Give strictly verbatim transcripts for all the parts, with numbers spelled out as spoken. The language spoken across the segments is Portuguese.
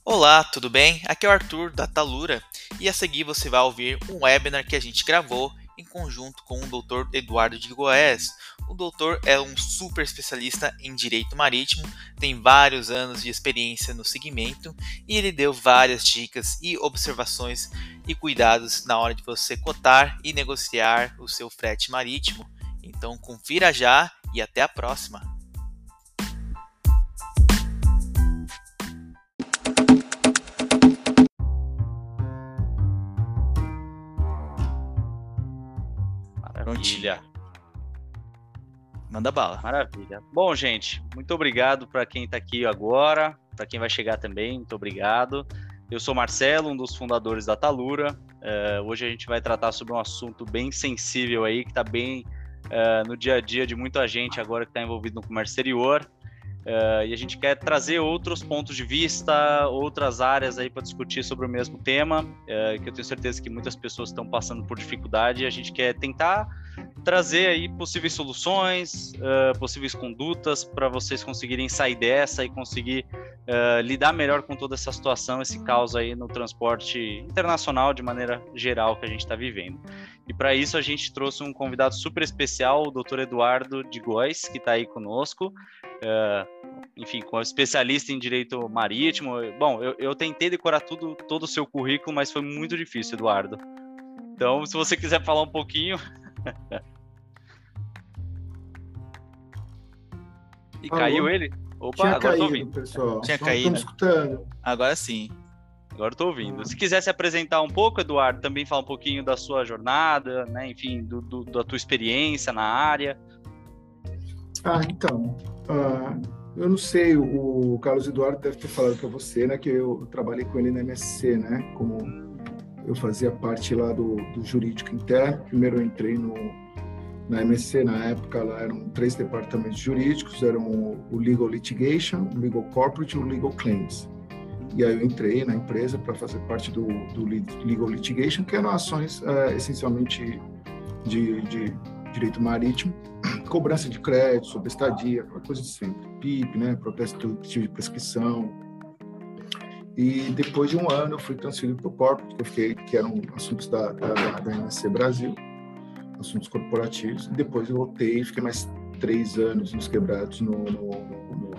Olá, tudo bem? Aqui é o Arthur da Talura e a seguir você vai ouvir um webinar que a gente gravou em conjunto com o doutor Eduardo de Goes. O doutor é um super especialista em direito marítimo, tem vários anos de experiência no segmento e ele deu várias dicas e observações e cuidados na hora de você cotar e negociar o seu frete marítimo. Então confira já e até a próxima! Maravilha. Manda bala. Maravilha. Bom, gente, muito obrigado para quem está aqui agora, para quem vai chegar também, muito obrigado. Eu sou Marcelo, um dos fundadores da Talura. Uh, hoje a gente vai tratar sobre um assunto bem sensível aí, que está bem uh, no dia a dia de muita gente agora que está envolvido no comércio exterior. Uh, e a gente quer trazer outros pontos de vista, outras áreas aí para discutir sobre o mesmo tema, uh, que eu tenho certeza que muitas pessoas estão passando por dificuldade, e a gente quer tentar trazer aí possíveis soluções, uh, possíveis condutas para vocês conseguirem sair dessa e conseguir uh, lidar melhor com toda essa situação, esse caos aí no transporte internacional de maneira geral que a gente está vivendo. E para isso a gente trouxe um convidado super especial, o doutor Eduardo de Goes, que está aí conosco, uh, enfim, como especialista em direito marítimo. Bom, eu, eu tentei decorar tudo, todo o seu currículo, mas foi muito difícil, Eduardo. Então, se você quiser falar um pouquinho... E Alô? Caiu ele? Opa, Tinha agora caído, tô ouvindo. pessoal. Tinha Não caído. estamos escutando. Agora sim. Agora tô ouvindo. Se quiser se apresentar um pouco, Eduardo, também falar um pouquinho da sua jornada, né? Enfim, do, do, da tua experiência na área. Ah, então, uh, eu não sei, o, o Carlos Eduardo deve ter falado para você, né, que eu trabalhei com ele na M S C, né, como eu fazia parte lá do, do jurídico interno. Primeiro eu entrei no, na M S C, na época lá eram três departamentos jurídicos, eram o, o Legal Litigation, o Legal Corporate e o Legal Claims. E aí eu entrei na empresa para fazer parte do, do Legal Litigation, que eram ações uh, essencialmente de, de direito marítimo, cobrança de crédito, sobre estadia, aquela coisa de sempre, P I P, né, protesto de prescrição. E depois de um ano eu fui transferido para o Corporate, que eu fiquei, que eram assuntos da, da, da M S C Brasil, assuntos corporativos. E depois eu voltei e fiquei mais três anos nos quebrados no, no, no,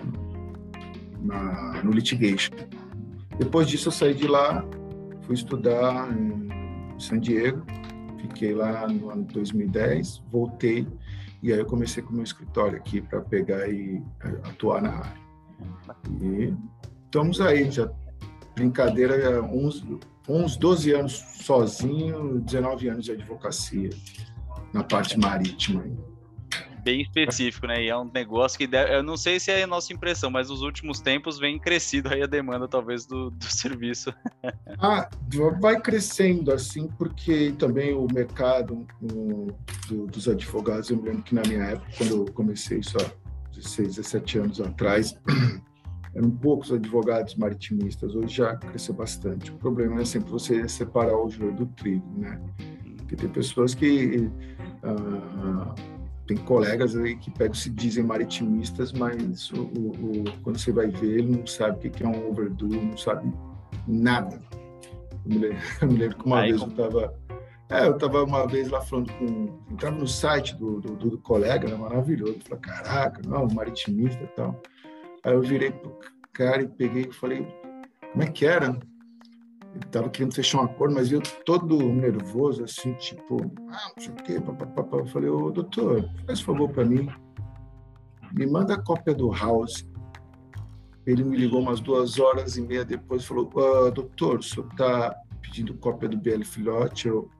na, no litigation. Depois disso eu saí de lá, fui estudar em San Diego, fiquei lá no ano dois mil e dez, voltei, e aí eu comecei com o meu escritório aqui para pegar e atuar na área. E estamos aí, já brincadeira, uns, uns doze anos sozinho, dezenove anos de advocacia na parte marítima. Bem específico, né? E é um negócio que deve, eu não sei se é a nossa impressão, mas nos últimos tempos vem crescido aí a demanda, talvez, do, do serviço. Ah, vai crescendo, assim, porque também o mercado um, do, dos advogados, eu me lembro que na minha época, quando eu comecei só dezesseis, dezessete anos atrás, eram poucos advogados maritimistas, hoje já cresceu bastante. O problema é sempre você separar o joio do trigo, né? Porque tem pessoas que... Ah, tem colegas aí que pegam, se dizem maritimistas, mas o, o, o, quando você vai ver, ele não sabe o que é um overdue, não sabe nada. Eu me lembro, eu me lembro que uma aí, vez como... eu estava... É, eu estava uma vez lá falando com... Entrava no site do, do, do colega, né, maravilhoso. Eu falei, caraca, não, maritimista e tal. Aí eu virei pro cara e peguei e falei, como é que era? Ele estava querendo fechar um acordo, mas eu todo nervoso, assim, tipo, ah, não sei o quê, papapá. Eu falei, ô, doutor, faz favor para mim, me manda a cópia do House. Ele me ligou umas duas horas e meia depois e falou, ah, doutor, o senhor está pedindo cópia do B L Filhote? Eu,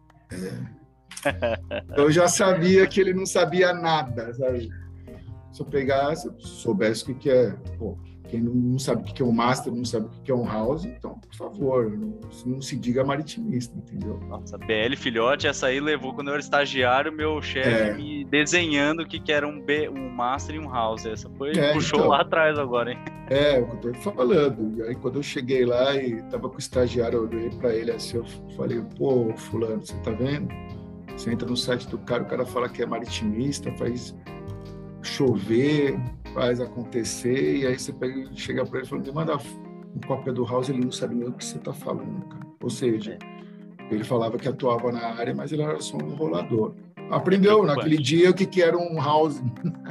é. Eu já sabia que ele não sabia nada, sabe? Se eu pegasse, se eu soubesse o que é, pô, quem não sabe o que é um master, não sabe o que é um house, então, por favor, não, não se diga maritimista, entendeu? Nossa, B L Filhote, essa aí levou, quando eu era estagiário, meu chefe é. me desenhando o que, que era um, B, um master e um house. Essa foi, é, puxou então, lá atrás agora, hein? É, o que eu tô falando. E aí, quando eu cheguei lá e tava com o estagiário, eu olhei pra ele assim, eu falei, pô, fulano, você tá vendo? Você entra no site do cara, o cara fala que é maritimista, faz chover, faz acontecer, e aí você pega, chega para ele e fala, me manda uma cópia do house, ele não sabe nem o que você está falando, cara. Ou seja, ele falava que atuava na área, mas ele era só um enrolador. Aprendeu naquele dia o que, que era um house.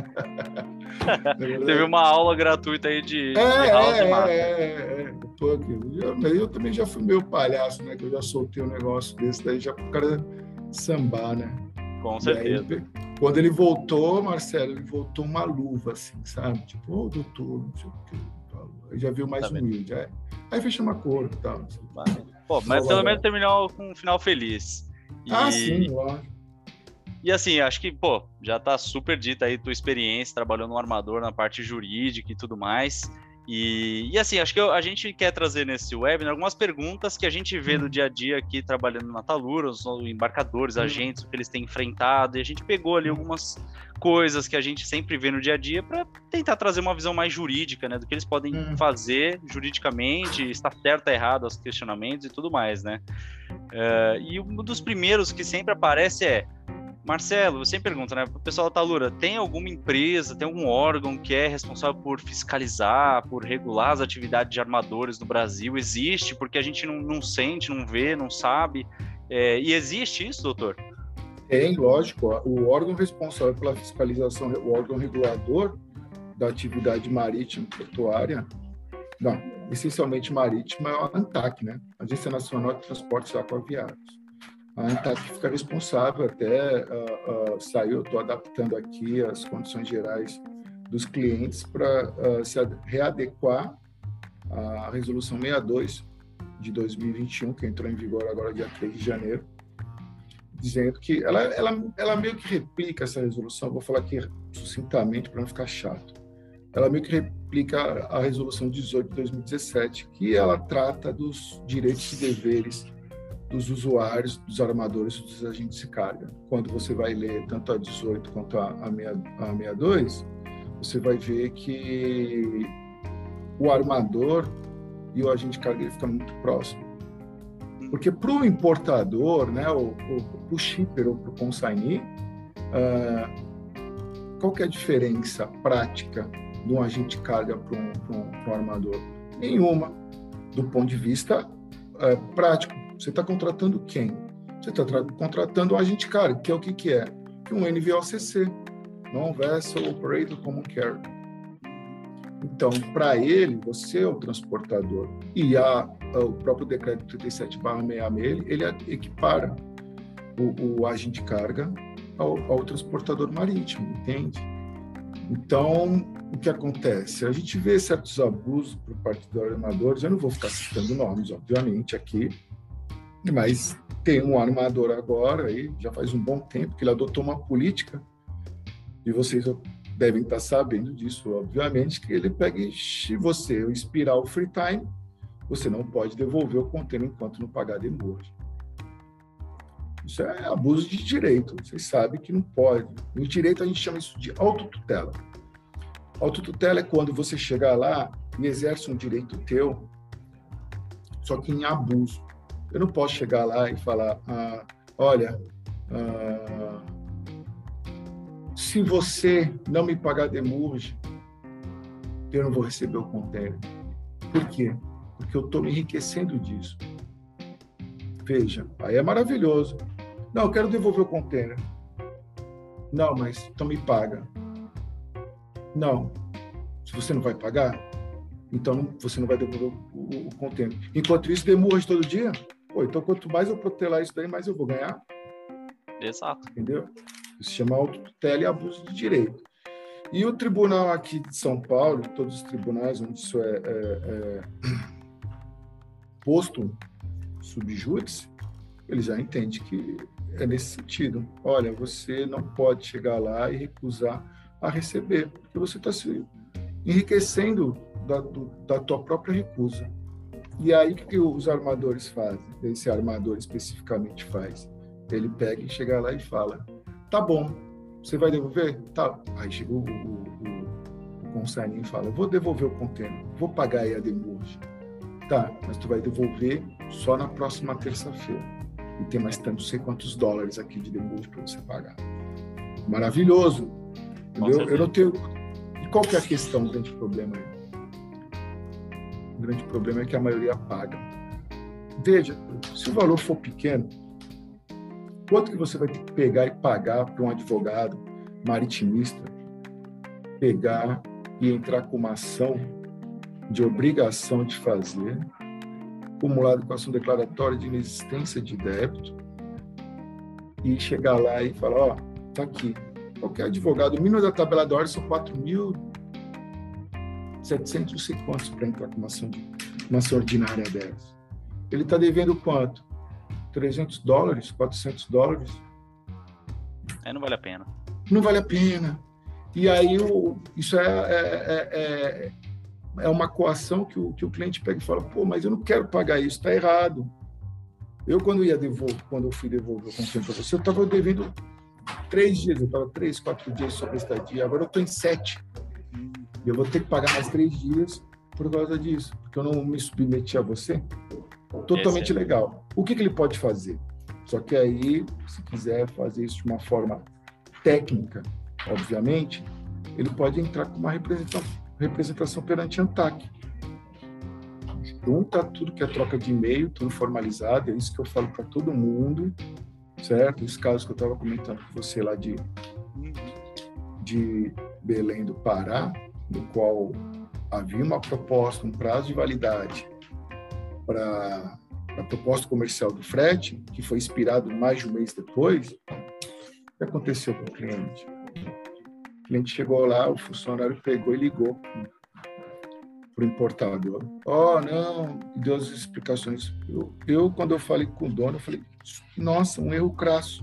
Teve uma aula gratuita aí de, é, de house é, de massa. É, é, é. Tô aqui. Eu, eu também já fui meio palhaço, né? Que eu já soltei um negócio desse daí já pro cara sambar, né? Com certeza. Aí, quando ele voltou, Marcelo, ele voltou uma luva, assim, sabe? Tipo, ô, oh, doutor, não sei o quê. Eu já viu mais tá humilde. Aí, aí fechamos a cor e tal. Pô, mas pelo menos terminou com um final feliz. E... Ah, sim, lógico. E assim, acho que, pô, já tá super dita aí tua experiência trabalhando no armador, na parte jurídica e tudo mais. E, e assim, acho que eu, a gente quer trazer nesse webinar algumas perguntas que a gente vê no dia a dia aqui trabalhando na Talura, os embarcadores, agentes, o que eles têm enfrentado, e a gente pegou ali algumas coisas que a gente sempre vê no dia a dia para tentar trazer uma visão mais jurídica, né, do que eles podem hum. fazer juridicamente, está certo ou errado, os questionamentos e tudo mais, né. Uh, e um dos primeiros que sempre aparece é: Marcelo, você sempre pergunta, né, pro pessoal da Talura, tem alguma empresa, tem algum órgão que é responsável por fiscalizar, por regular as atividades de armadores no Brasil? Existe? Porque a gente não, não sente, não vê, não sabe. É, e existe isso, doutor? Tem, lógico. O órgão responsável pela fiscalização, o órgão regulador da atividade marítima e portuária, não, essencialmente marítima, é a ANTAQ, né? Agência Nacional de Transportes Aquaviários. A ANTAQ fica responsável até, uh, uh, saiu, estou adaptando aqui as condições gerais dos clientes para uh, se readequar à Resolução sessenta e dois de dois mil e vinte e um, que entrou em vigor agora dia três de janeiro, dizendo que ela, ela, ela meio que replica essa resolução, vou falar aqui sucintamente para não ficar chato, ela meio que replica a Resolução dezoito de dois mil e dezessete, que ela trata dos direitos e deveres dos usuários, dos armadores e dos agentes de carga. Quando você vai ler tanto a dezoito quanto a, a, meia, a sessenta e dois, você vai ver que o armador e o agente de carga ele fica muito próximo. Porque para o importador, né, ou para o shipper ou para o consignee, uh, qual que é a diferença prática de um agente de carga para um, um, um armador? Nenhuma, do ponto de vista uh, prático. Você está contratando quem? Você está contratando um agente de carga, que é o que, que é? Que um N V O C C, Non-Vessel Operator Common Carrier. Então, para ele, você é o transportador. E a, a, o próprio decreto trinta e sete barra sessenta e seis, ele, ele equipara o, o agente de carga ao, ao transportador marítimo, entende? Então, o que acontece? A gente vê certos abusos por parte dos armadores, eu não vou ficar citando nomes, obviamente, aqui, mas tem um armador agora, aí, já faz um bom tempo, que ele adotou uma política, e vocês devem estar sabendo disso, obviamente, que ele pega e, se você expirar o free time, você não pode devolver o container enquanto não pagar a demurge. Isso é abuso de direito, vocês sabem que não pode. No direito a gente chama isso de autotutela. Autotutela é quando você chega lá e exerce um direito teu, só que em abuso. Eu não posso chegar lá e falar, ah, olha, ah, se você não me pagar demurge, eu não vou receber o container. Por quê? Porque eu estou me enriquecendo disso. Veja, aí é maravilhoso. Não, eu quero devolver o container. Não, mas então me paga. Não. Se você não vai pagar, então você não vai devolver o, o, o container. Enquanto isso, demurge todo dia. Pô, então quanto mais eu protelar isso daí, mais eu vou ganhar. Exato. Entendeu? Isso se chama autotutela e abuso de direito. E o tribunal aqui de São Paulo, todos os tribunais onde isso é, é, é posto subjúdice, ele já entende que é nesse sentido. Olha, você não pode chegar lá e recusar a receber, porque você está se enriquecendo da, do, da tua própria recusa. E aí, o que os armadores fazem? Esse armador especificamente faz. Ele pega e chega lá e fala, tá bom, você vai devolver? Tá. Aí chega o, o, o, o consignee e fala, vou devolver o container, vou pagar aí a demurge. Tá, mas tu vai devolver só na próxima terça-feira. E tem mais tanto, não sei quantos dólares aqui de demurge para você pagar. Maravilhoso. Entendeu? Eu não tenho... E qual que é a questão desse problema aí? O grande problema é que a maioria paga. Veja, se o valor for pequeno, quanto que você vai ter que pegar e pagar para um advogado maritimista pegar e entrar com uma ação de obrigação de fazer, acumulado com ação declaratória de inexistência de débito, e chegar lá e falar, ó, oh, tá aqui. Qualquer advogado, o mínimo da tabela da ordem são quatro mil e setecentos, não sei quantos, para entrar com uma ação, de, uma ação ordinária dessa. Ele está devendo quanto? trezentos dólares, quatrocentos dólares? Aí não vale a pena. Não vale a pena. E aí, o, isso é, é, é, é uma coação que o, que o cliente pega e fala, pô, mas eu não quero pagar isso, está errado. Eu, quando ia devolver, quando eu fui devolver o conselho para você, eu estava devendo três dias, eu estava três, quatro dias sobre a estadia, agora eu estou em sete. Eu vou ter que pagar mais três dias por causa disso, porque eu não me submeti a você. Totalmente legal. O que, que ele pode fazer? Só que aí, se quiser fazer isso de uma forma técnica, obviamente, ele pode entrar com uma representação, representação perante a ANTAC. Junta tudo que é troca de e-mail, tudo formalizado, é isso que eu falo para todo mundo, certo? Os casos que eu estava comentando com você lá de, de Belém do Pará, no qual havia uma proposta, um prazo de validade para a proposta comercial do frete, que foi expirado mais de um mês depois. O que aconteceu com o cliente? O cliente chegou lá, o funcionário pegou e ligou para o importador. Oh, não, deu as explicações. Eu, eu, quando eu falei com o dono, eu falei, nossa, um erro crasso.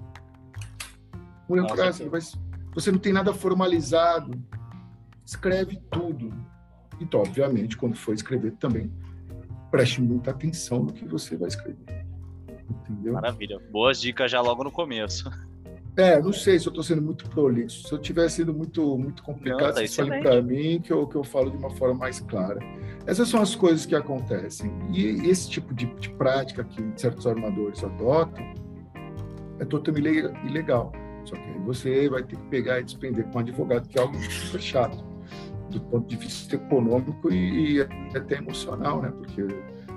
Um erro crasso. Você não tem nada formalizado. Escreve tudo. Então, obviamente, quando for escrever também, preste muita atenção no que você vai escrever. Entendeu? Maravilha. Boas dicas já logo no começo. É, não sei se eu estou sendo muito prolixo. Se eu tiver sido muito, muito complicado, não, tá você fale para mim que eu, que eu falo de uma forma mais clara. Essas são as coisas que acontecem. E esse tipo de, de prática que certos armadores adotam é totalmente ilegal. Só que aí você vai ter que pegar e despender com um advogado, que é algo super chato, do ponto de vista econômico e, e até emocional, né? Porque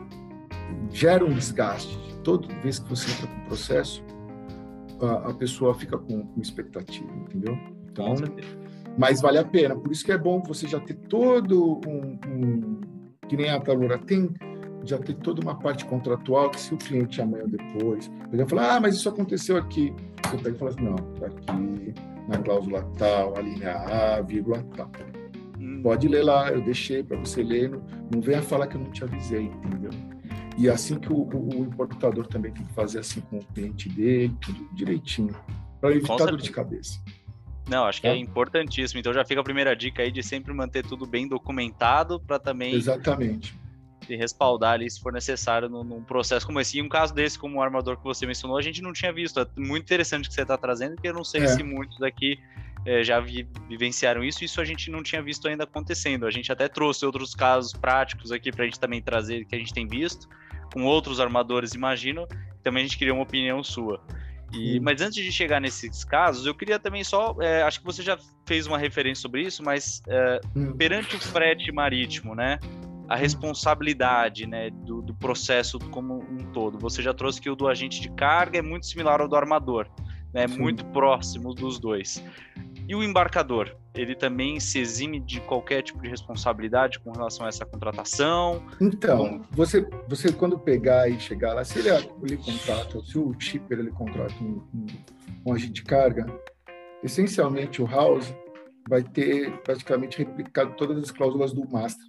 gera um desgaste. Toda vez que você entra com o processo, a, a pessoa fica com, com expectativa, entendeu? Então, mas vale a pena. Por isso que é bom você já ter todo um, um que nem a Talura tem, já ter toda uma parte contratual que se o cliente amanhã ou depois, ele vai falar, ah, mas isso aconteceu aqui. Você pega e fala assim, não, tá aqui na cláusula tal, a linha A, vírgula tal. Hum. Pode ler lá, eu deixei para você ler, não, não venha falar que eu não te avisei, entendeu? E assim que o, o, o importador também tem que fazer assim com o cliente dele, tudo direitinho, para evitar dor de cabeça. Não, acho que é. é importantíssimo. Então já fica a primeira dica aí de sempre manter tudo bem documentado para também... Exatamente. Se respaldar ali se for necessário num, num processo como esse. E um caso desse, como o armador que você mencionou, a gente não tinha visto. É muito interessante que você está trazendo, porque eu não sei é. se muitos aqui é, já vi, vivenciaram isso, isso a gente não tinha visto ainda acontecendo. A gente até trouxe outros casos práticos aqui para a gente também trazer, que a gente tem visto, com outros armadores, imagino, também a gente queria uma opinião sua. E, mas antes de chegar nesses casos, eu queria também só, é, acho que você já fez uma referência sobre isso, mas é, hum. perante o frete marítimo, né, a responsabilidade, né, do, do processo como um todo, você já trouxe que o do agente de carga é muito similar ao do armador, né, muito próximo dos dois. E o embarcador, ele também se exime de qualquer tipo de responsabilidade com relação a essa contratação? Então, como... você, você quando pegar e chegar lá, se ele, ele contrata, se o shipper ele contrata um, um, um agente de carga, essencialmente o house vai ter praticamente replicado todas as cláusulas do master.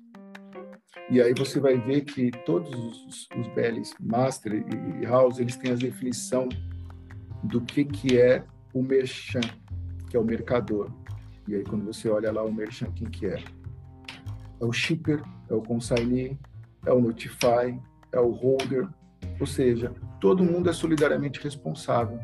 E aí você vai ver que todos os, os B Ls master e house, eles têm a definição do que, que é o merchant, que é o mercador. E aí, quando você olha lá o merchant, quem que é? É o shipper, é o consignee, é o notify, é o holder, ou seja, todo mundo é solidariamente responsável.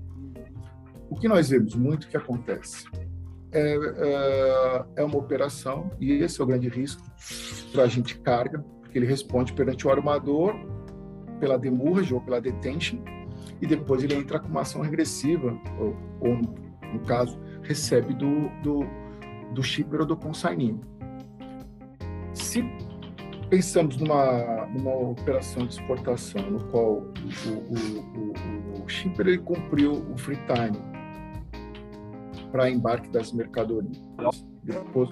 O que nós vemos muito que acontece é, é, é uma operação, e esse é o grande risco para a gente carga, porque ele responde perante o armador pela demurrage ou pela detention, e depois ele entra com uma ação regressiva, ou, ou no caso, recebe do, do, do shipper ou do consignee. Se pensamos numa, numa operação de exportação, no qual o, o, o, o shipper ele cumpriu o free time para embarque das mercadorias. Depois...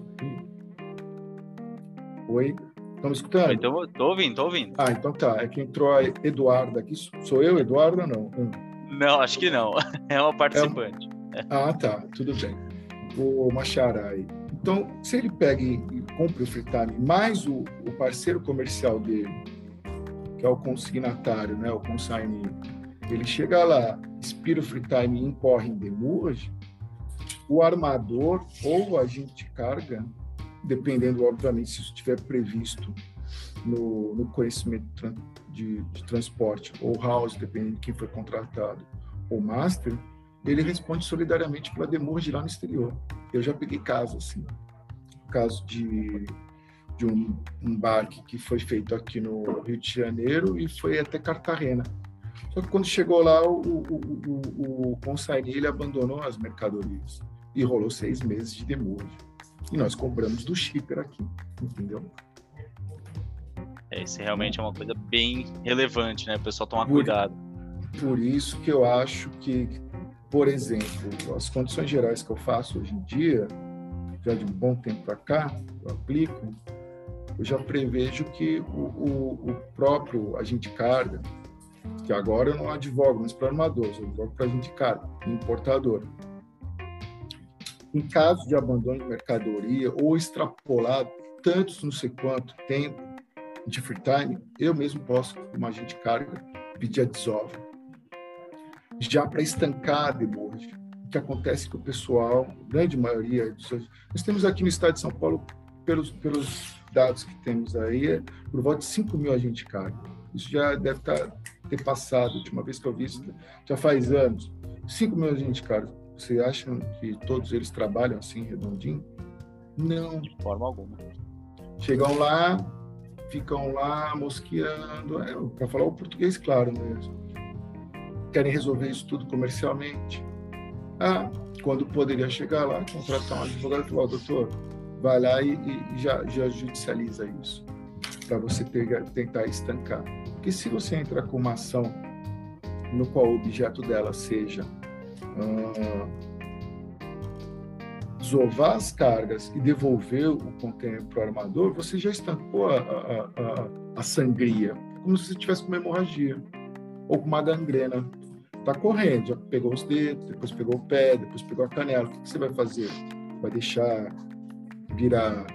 Oi? Estão me escutando? Estou ouvindo, estou ouvindo. Ah, então tá. É que entrou a Eduarda aqui. Sou eu, Eduarda, ou não? Hum. Não, acho que não. É uma participante. É um... Ah, tá. Tudo bem. O Machará aí. Então, se ele pega e, e compra o free time, mais o, o parceiro comercial dele, que é o consignatário, né, o consignee, ele chega lá, expira o free time e incorre em demurrage, o armador ou o agente de carga, dependendo, obviamente, se isso estiver previsto no, no conhecimento de, de transporte, ou house, dependendo de quem foi contratado, ou master, ele responde solidariamente pela demurrage lá no exterior. Eu já peguei caso, assim, caso de, de um embarque que foi feito aqui no Rio de Janeiro e foi até Cartagena. Só que quando chegou lá, o, o, o, o consignee, ele abandonou as mercadorias e rolou seis meses de demurrage. E nós cobramos do shipper aqui, entendeu? É, isso realmente é uma coisa bem relevante, né? O pessoal tomar por, cuidado. Por isso que eu acho que, por exemplo, as condições gerais que eu faço hoje em dia, já de um bom tempo para cá, eu aplico, eu já prevejo que o, o, o próprio agente de carga, que agora eu não advogo, mas para armadores, eu advogo para agente de carga, importador. Em caso de abandono de mercadoria ou extrapolado, tantos não sei quanto tempo de free time, eu mesmo posso, como agente de carga, pedir a desova. Já para estancar a demurrage, o que acontece com o pessoal, grande maioria, nós temos aqui no estado de São Paulo, pelos, pelos dados que temos aí, por volta de cinco mil agentes de carga. Isso já deve estar, ter passado, a última vez que eu vi isso, já faz anos. cinco mil agentes de carga. Você acha que todos eles trabalham assim, redondinho? Não. De forma alguma. Chegam lá, ficam lá mosqueando, é, para falar o português claro mesmo. Querem resolver isso tudo comercialmente. Ah, quando poderia chegar lá, contratar um advogado e falar, doutor, vai lá e, e já, já judicializa isso, para você ter, tentar estancar. Porque se você entrar com uma ação no qual o objeto dela seja Uh, desovar as cargas e devolver o container para o armador, você já estancou a, a, a, a sangria, como se você estivesse com uma hemorragia ou com uma gangrena. Está correndo, já pegou os dedos, depois pegou o pé, depois pegou a canela. O que, que você vai fazer? Vai deixar virar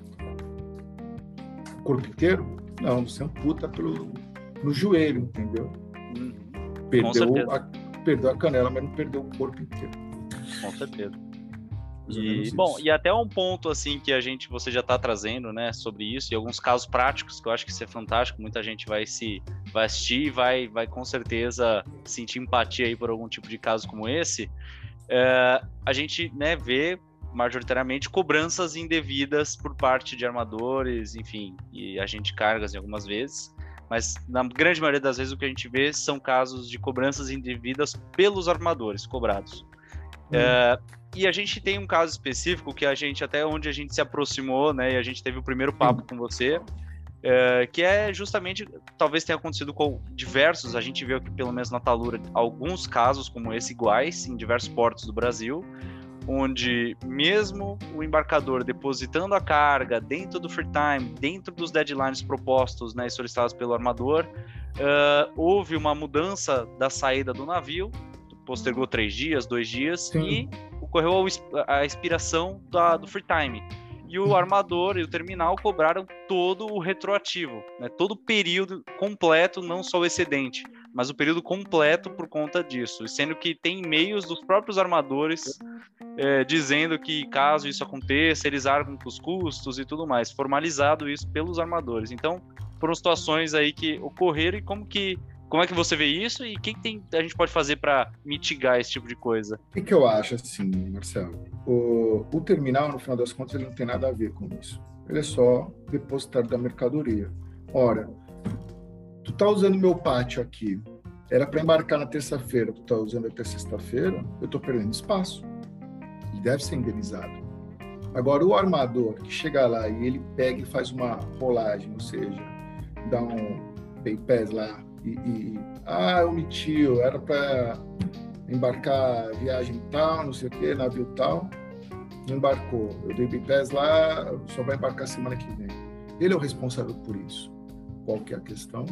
o corpo inteiro? Não, você amputa pelo, no joelho, entendeu? Hum, Perdeu a perdeu a canela, mas não perdeu o corpo inteiro. Com certeza. E, bom, e até um ponto assim que a gente, você já está trazendo, né, sobre isso, e alguns casos práticos que eu acho que isso é fantástico, muita gente vai se vai assistir e vai, vai com certeza sentir empatia aí por algum tipo de caso como esse. É, a gente, né, vê majoritariamente cobranças indevidas por parte de armadores, enfim, e a gente cargas em algumas vezes. Mas na grande maioria das vezes o que a gente vê são casos de cobranças indevidas pelos armadores cobrados. Hum. É, e a gente tem um caso específico que a gente, até onde a gente se aproximou, né, e a gente teve o primeiro papo hum. com você, é, que é justamente, talvez tenha acontecido com diversos, a gente viu aqui pelo menos na Talura, alguns casos como esse iguais em diversos portos do Brasil, onde mesmo o embarcador depositando a carga dentro do free time, dentro dos deadlines propostos, né, e solicitados pelo armador, uh, houve uma mudança da saída do navio, postergou três dias, dois dias, Sim. e ocorreu a expiração da, do free time. E o armador e o terminal cobraram todo o retroativo, né, todo o período completo, não só o excedente, mas o período completo por conta disso, sendo que tem e-mails dos próprios armadores é, dizendo que caso isso aconteça, eles arcam com os custos e tudo mais, formalizado isso pelos armadores. Então, foram situações aí que ocorreram e como que como é que você vê isso e o que, que tem, a gente pode fazer para mitigar esse tipo de coisa? O que, que eu acho, assim, Marcelo? O, o terminal, no final das contas, ele não tem nada a ver com isso. Ele é só depositário da mercadoria. Ora, tu tá usando meu pátio aqui, era para embarcar na terça-feira, tu tá usando até sexta-feira, eu tô perdendo espaço. E deve ser indenizado. Agora, o armador que chega lá e ele pega e faz uma rolagem, ou seja, dá um pay-pass lá e, e ah, omitiu, era para embarcar viagem tal, não sei o que, navio tal, não embarcou. Eu dei pay-pass lá, só vai embarcar semana que vem. Ele é o responsável por isso. Qual que é a questão?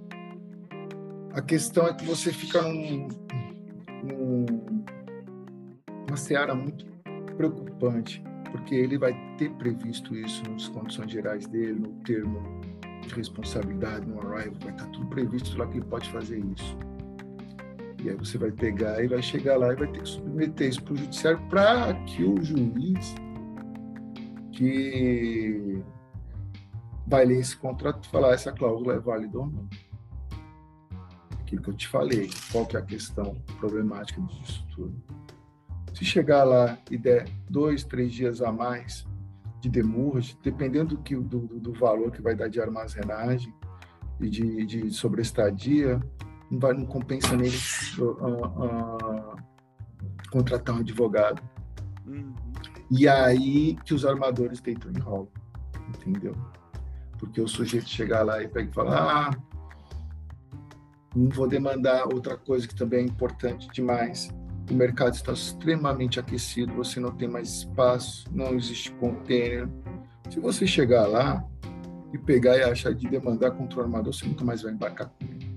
A questão é que você fica num, num, uma seara muito preocupante, porque ele vai ter previsto isso nas condições gerais dele, no termo de responsabilidade, no arrival, vai estar tudo previsto lá que ele pode fazer isso. E aí você vai pegar e vai chegar lá e vai ter que submeter isso para o judiciário para que o juiz que vai ler esse contrato e falar essa cláusula é válida ou não. Aquilo que eu te falei, qual que é a questão problemática disso tudo. Se chegar lá e der dois, três dias a mais de demurge, dependendo do, que, do, do valor que vai dar de armazenagem e de, de sobreestadia, não, vai, não compensa nele uh, uh, contratar um advogado. Uhum. E aí que os armadores deitam em rolo, entendeu? Porque o sujeito chegar lá e pega e fala, ah, não vou demandar outra coisa que também é importante demais. O mercado está extremamente aquecido, você não tem mais espaço, não existe container. Se você chegar lá e pegar e achar de demandar contra o armador, você nunca mais vai embarcar com ele.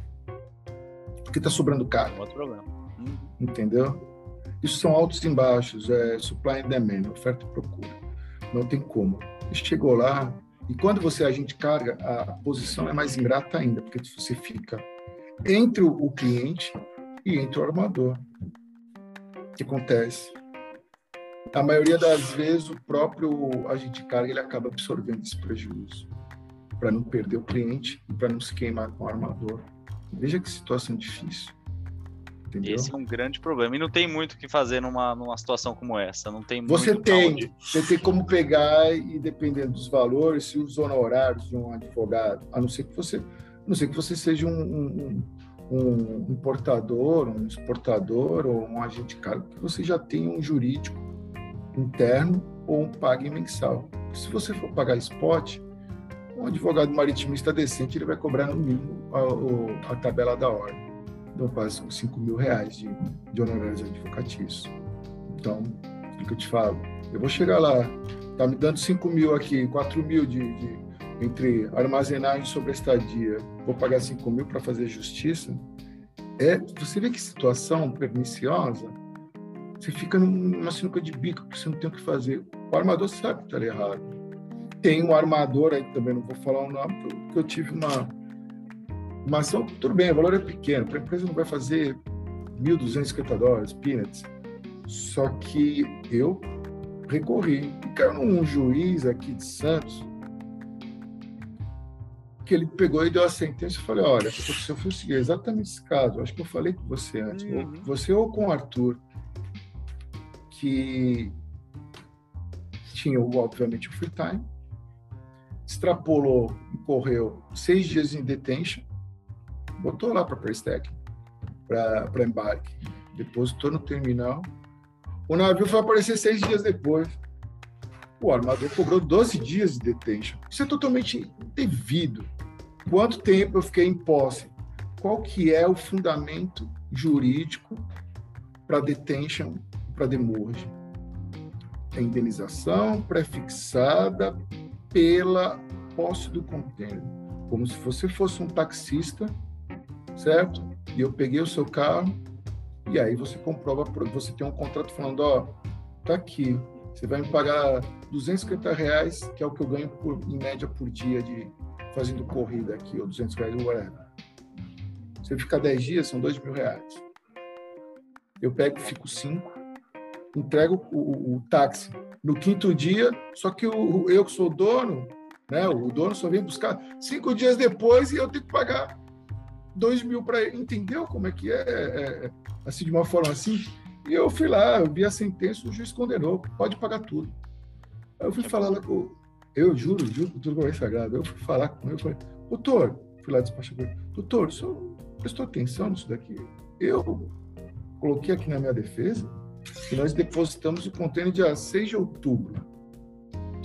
Porque está sobrando caro. Outro problema. Hum. Entendeu? Isso são altos e baixos, é supply and demand, oferta e procura. Não tem como. Chegou lá, e quando você é agente de carga, a posição é mais ingrata ainda, porque você fica entre o cliente e entre o armador. O que acontece? A maioria das vezes, o próprio agente de carga ele acaba absorvendo esse prejuízo para não perder o cliente e para não se queimar com o armador. Veja que situação difícil. Entendeu? Esse é um grande problema. E não tem muito o que fazer numa, numa situação como essa. Não tem você muito tem, onde... você tem como pegar e, dependendo dos valores, se os honorários de um advogado, a não ser que você, a não ser que você seja um, um, um importador, um exportador ou um agente de carga, que você já tem um jurídico interno ou um pague mensal. Se você for pagar spot, um advogado maritimista decente ele vai cobrar no mínimo a, a tabela da ordem. Então, quase cinco mil reais de, de honorários advocatícios. Então, o que eu te falo? Eu vou chegar lá, tá me dando cinco mil aqui, quatro mil de, de, entre armazenagem e sobreestadia, vou pagar cinco mil para fazer justiça. É, você vê que situação perniciosa, você fica numa sinuca de bico, porque você não tem o que fazer. O armador sabe que está errado. Tem um armador aí também, não vou falar o nome, porque eu tive uma. Uma ação, tudo bem, o valor é pequeno, para a empresa não vai fazer mil duzentos e cinquenta dólares, peanuts. Só que eu recorri. E caiu num juiz aqui de Santos, que ele pegou e deu a sentença e falei, olha, o que aconteceu foi o seguinte, exatamente esse caso, acho que eu falei com você antes, uhum. Você ou com o Arthur, que tinha, obviamente, o free time, extrapolou e correu seis dias em detention, botou lá para Prestec, para embarque, depositou no terminal. O navio foi aparecer seis dias depois. O armador cobrou doze dias de detention. Isso é totalmente indevido. Quanto tempo eu fiquei em posse? Qual que é o fundamento jurídico para detention, para demurge? É indenização pré-fixada pela posse do container. Como se você fosse um taxista, certo? E eu peguei o seu carro e aí você comprova, você tem um contrato falando, ó, tá aqui, você vai me pagar duzentos e cinquenta reais, que é o que eu ganho por, em média por dia de fazendo corrida aqui, ou duzentos reais, whatever. Você fica dez dias, são dois mil reais. Eu pego, fico cinco, entrego o, o, o táxi no quinto dia, só que o, eu que sou dono, né, o dono só vem buscar cinco dias depois e eu tenho que pagar dois mil para ele. Entendeu como é que é, é, assim, de uma forma assim? E eu fui lá, eu vi a sentença, o juiz condenou, pode pagar tudo. Aí eu fui falar lá com, eu juro, juro que tudo vai sagrado, eu fui falar com ele, eu falei, doutor, fui lá despachar com ele, doutor, o senhor prestou atenção nisso daqui? Eu coloquei aqui na minha defesa que nós depositamos o container dia seis de outubro.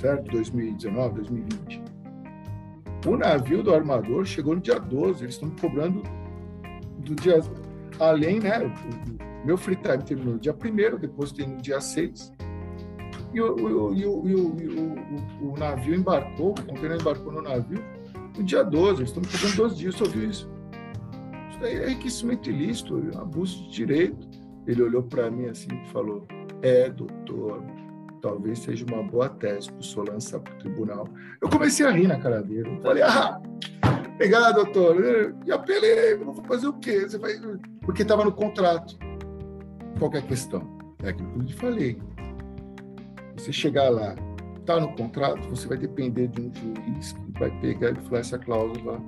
certo? dois mil e dezenove, dois mil e vinte. O navio do armador chegou no dia doze, eles estão me cobrando do dia... Além, né, o, o meu free time terminou no dia primeiro, depois tem no dia seis, e o, o, e o, e o, e o, o, o navio embarcou, o container embarcou no navio no dia doze, eles estão me cobrando doze dias, você ouviu isso? Isso daí é enriquecimento ilícito, abuso de direito. Ele olhou para mim assim e falou, é, doutor, talvez seja uma boa tese para o senhor lançar para o tribunal. Eu comecei a rir na cara dele, eu falei, ah, obrigado, doutor, e apelei, vou fazer o quê? Você vai... Porque estava no contrato. Qual que é a questão? É aquilo que eu te falei. Você chegar lá, está no contrato, você vai depender de um juiz que vai pegar e falar essa cláusula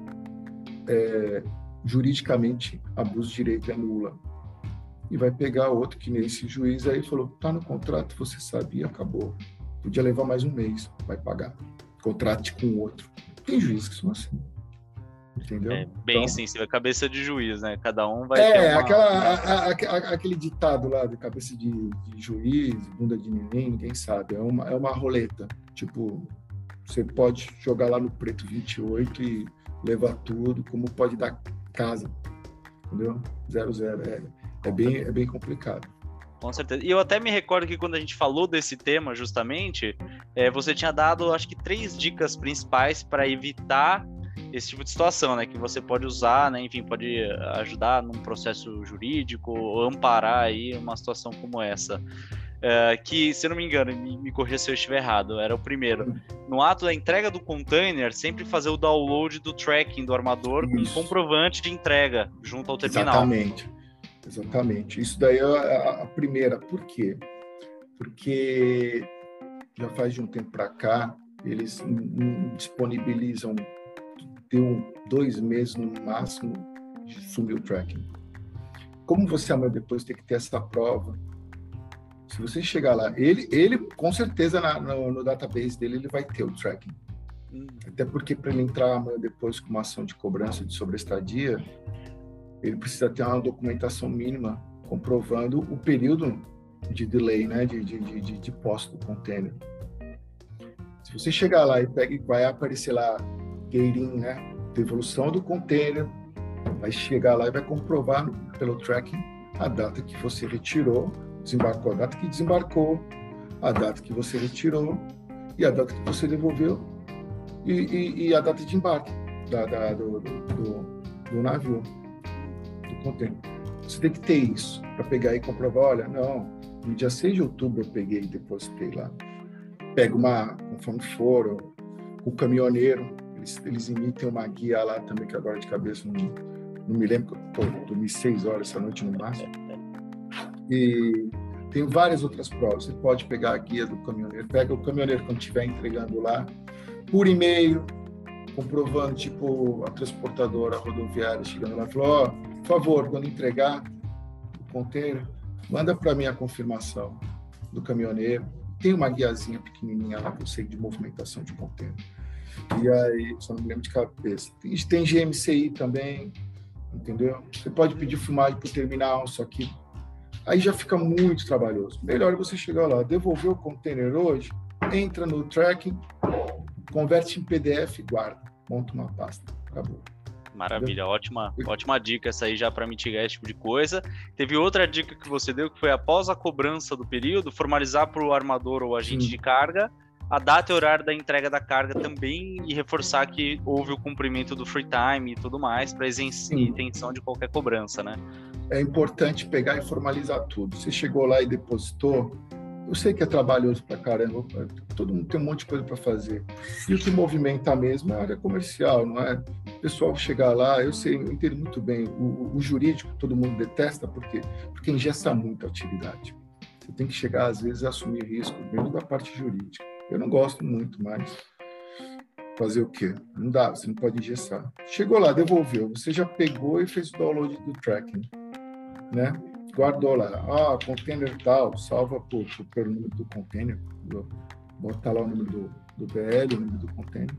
é, juridicamente, abuso de direito é nula. E vai pegar outro que nem esse juiz aí falou, está no contrato, você sabia, acabou. Podia levar mais um mês, vai pagar. Contrate com outro. Tem juízes que são assim. Entendeu? É bem então, sensível, a cabeça de juiz, né? Cada um vai é, ter uma... aquela, a, a, a, aquele ditado lá de cabeça de, de juiz, bunda de neném, ninguém sabe. É uma, é uma roleta. Tipo, você pode jogar lá no preto vinte e oito e levar tudo, como pode dar casa. Entendeu? Zero, zero. É, é, bem, é bem complicado. Com certeza. E eu até me recordo que quando a gente falou desse tema, justamente, é, você tinha dado, acho que, três dicas principais para evitar esse tipo de situação, né, que você pode usar, né, enfim, pode ajudar num processo jurídico ou amparar aí uma situação como essa. É, que, se eu não me engano, me, me corrija se eu estiver errado, era o primeiro. No ato da entrega do container, sempre fazer o download do tracking do armador Isso. com comprovante de entrega junto ao terminal. Exatamente. Exatamente. Isso daí é a, a primeira. Por quê? Porque já faz de um tempo para cá, eles in, in, disponibilizam deu dois meses no máximo de sumir o tracking. Como você amanhã depois tem que ter essa prova, se você chegar lá, ele, ele com certeza na, no, no database dele ele vai ter o tracking. Hum. Até porque para ele entrar amanhã depois com uma ação de cobrança de sobreestadia, ele precisa ter uma documentação mínima comprovando o período de delay, né, de, de, de, de posse do container. Se você chegar lá e pega, vai aparecer lá Gairing, né? Devolução do container, vai chegar lá e vai comprovar no, pelo tracking a data que você retirou, desembarcou, a data que desembarcou, a data que você retirou e a data que você devolveu e, e, e a data de embarque da, da, do, do, do navio, do container. Você tem que ter isso para pegar e comprovar, olha, não, no dia seis de outubro eu peguei e depositei lá. Pega uma, conforme for, o caminhoneiro, Eles, eles emitem uma guia lá também, que agora de cabeça não, não me lembro, que eu tô, dormi seis horas essa noite no máximo. E tem várias outras provas. Você pode pegar a guia do caminhoneiro, pega o caminhoneiro quando estiver entregando lá, por e-mail, comprovando, tipo, a transportadora, a rodoviária, chegando lá, falou, ó, oh, por favor, quando entregar o container, manda para mim a confirmação do caminhoneiro. Tem uma guiazinha pequenininha lá que eu sei de movimentação de container. E aí, só não me lembro de cabeça. Tem, tem G M C I também, entendeu? Você pode pedir filmagem para o terminal, só que aí já fica muito trabalhoso. Melhor você chegar lá, devolver o container hoje, entra no tracking, converte em P D F e guarda. Monta uma pasta. Acabou. Maravilha, ótima, ótima dica essa aí já para mitigar esse tipo de coisa. Teve outra dica que você deu, que foi após a cobrança do período, formalizar para o armador ou agente Sim. de carga a data e horário da entrega da carga também e reforçar que houve o cumprimento do free time e tudo mais para isenção de qualquer cobrança, né? É importante pegar e formalizar tudo. Você chegou lá e depositou, eu sei que é trabalhoso pra caramba, todo mundo tem um monte de coisa para fazer. E o que movimenta mesmo é a área comercial, não é? O pessoal chegar lá, eu sei, eu entendo muito bem, o, o jurídico todo mundo detesta, por quê? Porque engessa muito a atividade. Você tem que chegar, às vezes, a assumir risco, mesmo da parte jurídica. Eu não gosto muito, mas fazer o quê? Não dá, você não pode engessar. Chegou lá, devolveu, você já pegou e fez o download do tracking, né? Guardou lá, ah, container tal, salva por, por, pelo número do container, bota lá o número do, do B L, o número do container.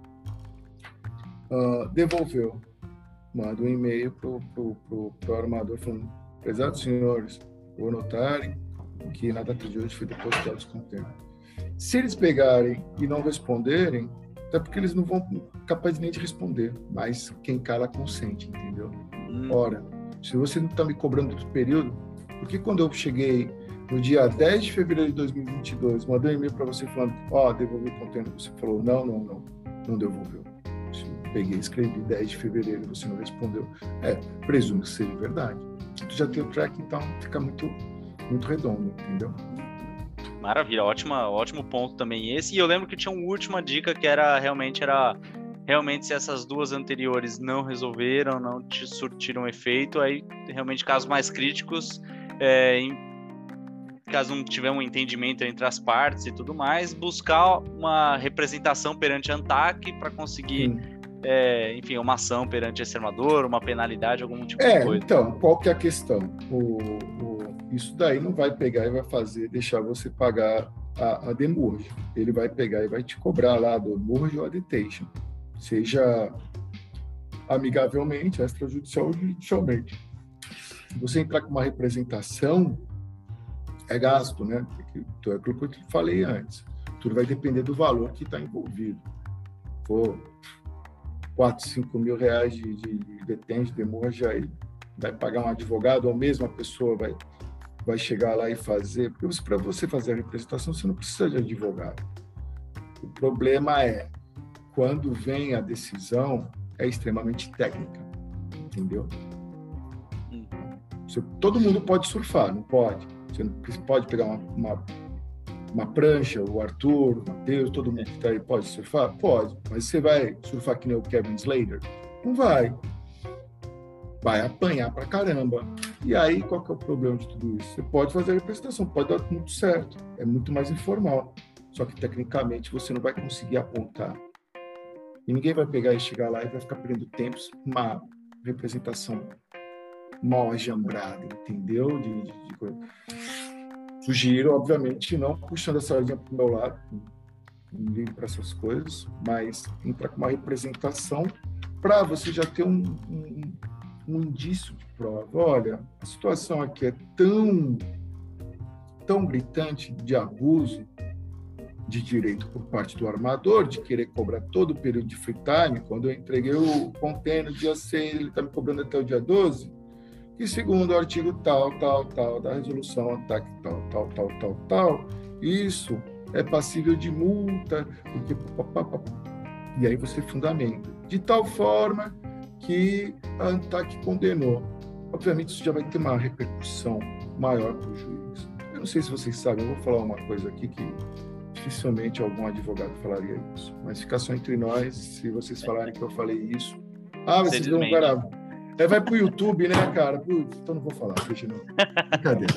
Uh, devolveu, manda um e-mail pro, pro, pro, pro armador falando, prezados senhores, vou notarem que na data de hoje foi depositado os containers. Se eles pegarem e não responderem, até porque eles não vão capaz nem de responder, mas quem cala consente, entendeu? Hum. Ora, se você não está me cobrando do período, porque quando eu cheguei no dia dez de fevereiro de dois mil e vinte e dois, mandei um e-mail para você falando, ó, oh, devolvi o container, você falou, não, não, não, não devolveu. Eu peguei, escrevi dez de fevereiro, você não respondeu. É, presumo que seja verdade. Tu já tem o track, então fica muito, muito redondo, entendeu? Maravilha, ótima, ótimo ponto também esse. E eu lembro que tinha uma última dica que era realmente era realmente se essas duas anteriores não resolveram, não te surtiram efeito, aí realmente casos mais críticos, é, em, caso não tiver um entendimento entre as partes e tudo mais, buscar uma representação perante a ANTAC para conseguir, é, enfim, uma ação perante esse armador, uma penalidade, algum tipo é, de coisa. Então, qual que é a questão? O, o, isso daí não vai pegar e vai fazer, deixar você pagar a, a demurge. Ele vai pegar e vai te cobrar lá a demurge ou a detention. Seja amigavelmente, extrajudicial ou judicialmente. Se você entrar com uma representação, é gasto, né? É aquilo que eu te falei antes. Tudo vai depender do valor que está envolvido. Pô, quatro, cinco mil reais de, de, de detente, demorge, aí vai pagar um advogado, ou mesmo a pessoa vai, vai chegar lá e fazer. Porque para você fazer a representação, você não precisa de advogado. O problema é, quando vem a decisão, é extremamente técnica, entendeu? Você, todo mundo pode surfar, não pode? Você não pode pegar uma, uma, uma prancha, o Arthur, o Matheus, todo mundo que está aí pode surfar? Pode, mas você vai surfar que nem o Kevin Slater? Não vai. Vai apanhar pra caramba. E aí, qual que é o problema de tudo isso? Você pode fazer a representação, pode dar muito certo, é muito mais informal. Só que, tecnicamente, você não vai conseguir apontar. E ninguém vai pegar e chegar lá e vai ficar perdendo tempo uma representação mal ajambrada, entendeu? De, de, de coisa. Sugiro, obviamente, não puxando a sardinha para o meu lado, não ligo para essas coisas, mas entrar com uma representação para você já ter um, um, um indício de prova. Olha, a situação aqui é tão, tão gritante de abuso de direito por parte do armador, de querer cobrar todo o período de free time. Quando eu entreguei o container dia seis, ele está me cobrando até o dia doze, e segundo o artigo tal, tal, tal, da resolução ANTAC tal, tal, tal, tal, tal, isso é passível de multa, porque... E aí você fundamenta. De tal forma que a ANTAC condenou. Obviamente isso já vai ter uma repercussão maior para o juiz. Eu não sei se vocês sabem, eu vou falar uma coisa aqui que dificilmente algum advogado falaria isso, mas fica só entre nós. Se vocês falarem que eu falei isso, ah, vocês vão gravar. É, vai pro YouTube, né, cara? Putz, então não vou falar, deixa não. Brincadeira.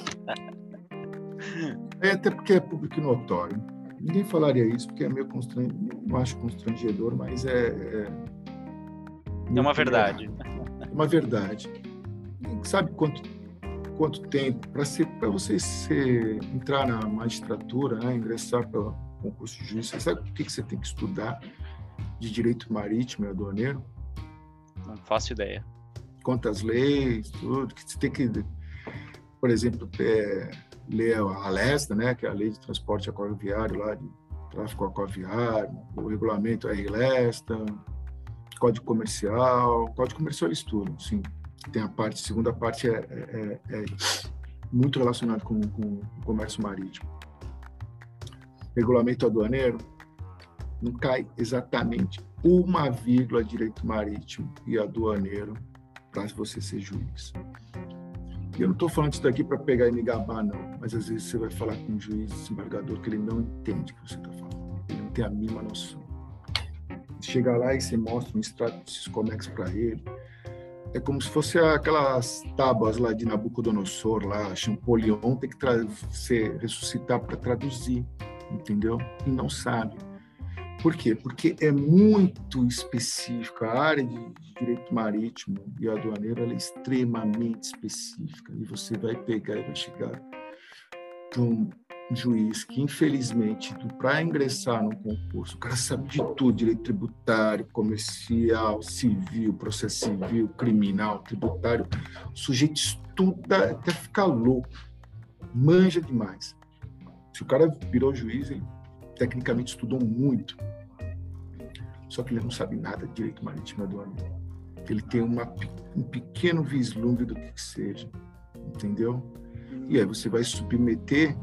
É, até porque é público notório. Ninguém falaria isso, porque é meio constrangedor. Não acho constrangedor, mas é... É, é uma verdade. É uma verdade. E sabe quanto, quanto tempo para você ser, entrar na magistratura, né, ingressar para o concurso de juiz, você sabe o que, que você tem que estudar de direito marítimo e aduaneiro? Não faço ideia. Quantas leis, tudo, que você tem que, por exemplo, é, ler a Alesta, né, que é a lei de transporte aquaviário, lá de tráfego aquaviário, o regulamento R Lesta, código comercial, código comercial é estudo, sim, tem a parte, a segunda parte é, é, é muito relacionado com, com o comércio marítimo. Regulamento aduaneiro, não cai exatamente uma vírgula direito marítimo e aduaneiro para você ser juiz. E eu não estou falando isso daqui para pegar e me gabar, não, mas às vezes você vai falar com um juiz desembargador que ele não entende o que você está falando, ele não tem a mínima noção. Você chega lá e você mostra um extrato do Siscomex para ele, é como se fosse aquelas tábuas lá de Nabucodonosor, lá, Champollion, tem que ser, ressuscitar para traduzir, entendeu? E não sabe. Por quê? Porque é muito específica. A área de direito marítimo e aduaneiro ela é extremamente específica. E você vai pegar e vai chegar para um juiz que, infelizmente, para ingressar no concurso, o cara sabe de tudo, direito tributário, comercial, civil, processo civil, criminal, tributário. O sujeito estuda até ficar louco, manja demais. Se o cara virou juiz, ele tecnicamente estudou muito, só que ele não sabe nada de direito marítimo aduaneiro. Ele tem uma, um pequeno vislumbre do que, que seja, entendeu? E aí você vai submeter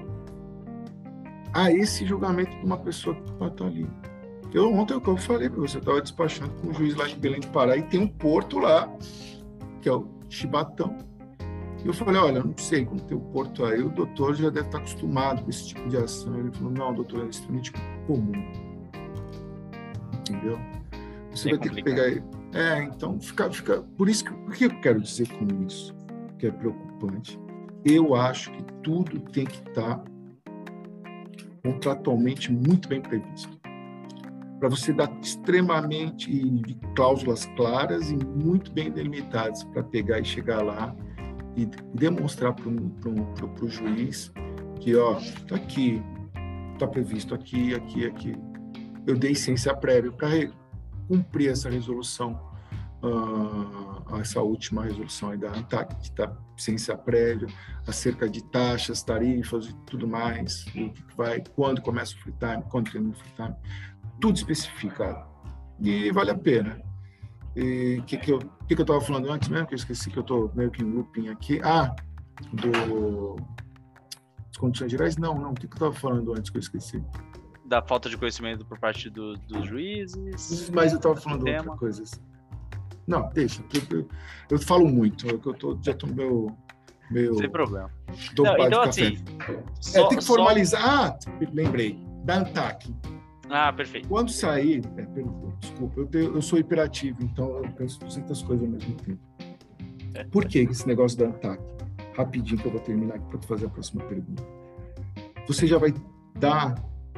a esse julgamento de uma pessoa que pode estar ali. Eu, ontem, o que eu falei para você, eu estava despachando com um juiz lá de Belém do Pará e tem um porto lá, que é o Chibatão. E eu falei, olha, eu não sei como tem o porto aí, o doutor já deve estar acostumado com esse tipo de ação. Ele falou, não, doutor, é extremamente comum. Entendeu? Você é vai complicado. Ter que pegar... É, então, fica, fica... Por isso que... O que eu quero dizer com isso, que é preocupante? Eu acho que tudo tem que estar contratualmente muito bem previsto. Para você dar extremamente de cláusulas claras e muito bem delimitadas para pegar e chegar lá e demonstrar para o juiz que, ó, tá aqui, tá previsto aqui, aqui, aqui. Eu dei ciência prévia para cumprir essa resolução, uh, essa última resolução aí da ANTAC, que está ciência prévia, acerca de taxas, tarifas e tudo mais, o que vai, quando começa o free time, quando termina o free time. Tudo especificado. E vale a pena. O que, que eu que, que eu estava falando antes mesmo? Que eu esqueci, que eu estou meio que em looping aqui. Ah, do... As condições gerais? Não, não. O que, que eu estava falando antes que eu esqueci? Da falta de conhecimento por parte do, dos juízes. Mas eu estava falando de outras coisas. Não, deixa. Eu, eu, eu falo muito. Eu, eu tô, já estou meio, meio... Sem problema. Não, então, assim... Só, é, tem que formalizar... Só... Ah, lembrei. Da ANTAC. Ah, perfeito. Quando sair, é, desculpa, eu, tenho, eu sou hiperativo, então eu penso duzentas coisas ao mesmo tempo. É. Por que esse negócio da ANTAC? Rapidinho que eu vou terminar aqui para fazer a próxima pergunta. Você já vai dar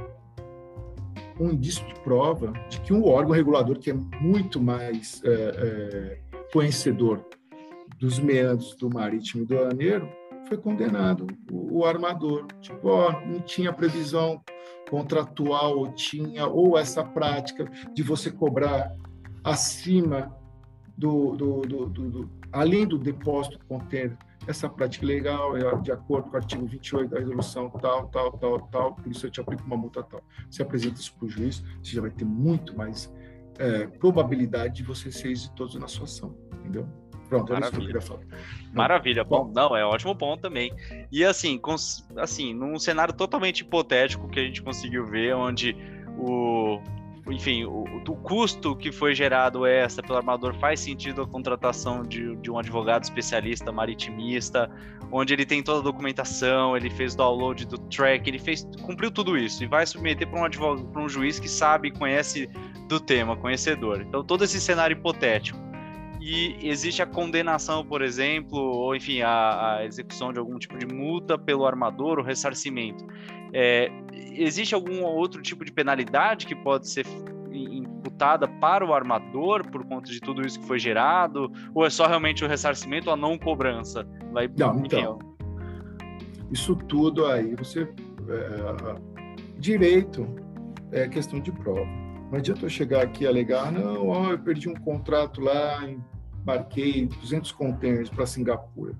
um indício de prova de que um órgão regulador que é muito mais é, é, conhecedor dos meandros do marítimo e do aduaneiro foi condenado, o, o armador. Tipo, ó, não tinha previsão contratual, ou tinha, ou essa prática de você cobrar acima do, do, do, do, do além do depósito conter essa prática legal, de acordo com o artigo vinte e oito da resolução tal, tal, tal, tal, por isso eu te aplico uma multa tal. Você apresenta isso para o juiz, você já vai ter muito mais é, probabilidade de você ser exitoso na sua ação, entendeu? Pronto, era isso que eu queria falar. Maravilha, bom, não, é ótimo ponto também. E assim, cons, assim, num cenário totalmente hipotético que a gente conseguiu ver, onde o, enfim, o, o custo que foi gerado extra pelo armador faz sentido a contratação de, de um advogado especialista maritimista, onde ele tem toda a documentação, ele fez download do track, ele fez, cumpriu tudo isso e vai submeter para um advogado, para um juiz que sabe, conhece do tema, conhecedor. Então, todo esse cenário hipotético. E existe a condenação, por exemplo, ou enfim, a, a execução de algum tipo de multa pelo armador, o ressarcimento. É, existe algum outro tipo de penalidade que pode ser imputada para o armador por conta de tudo isso que foi gerado? Ou é só realmente o ressarcimento ou a não cobrança? Vai, não, enfim, então, isso tudo aí, você... É, direito é questão de prova. Não adianta eu chegar aqui e alegar, não, ó, eu perdi um contrato lá, embarquei duzentos containers para Singapura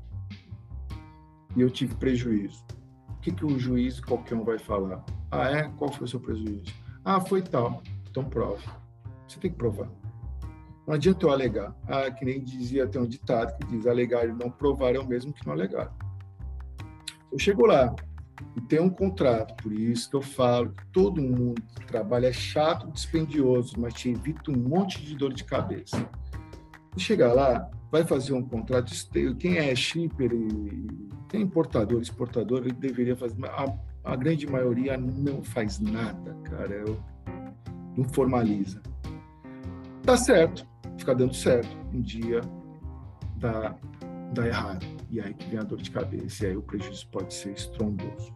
e eu tive prejuízo. O que, que o juiz, qualquer um, vai falar? Ah, é? Qual foi o seu prejuízo? Ah, foi tal. Então prove. Você tem que provar. Não adianta eu alegar. Ah, que nem dizia, tem um ditado que diz, alegar e não provar é o mesmo que não alegar. Eu chego lá e tem um contrato, por isso que eu falo que todo mundo que trabalha é chato, dispendioso, mas te evita um monte de dor de cabeça. E chegar lá, vai fazer um contrato, quem é shipper e quem é importador, exportador, ele deveria fazer, a, a grande maioria não faz nada, cara, eu, não formaliza. Dá certo, fica dando certo, um dia dá, dá errado, e aí que vem a dor de cabeça, e aí o prejuízo pode ser estrondoso.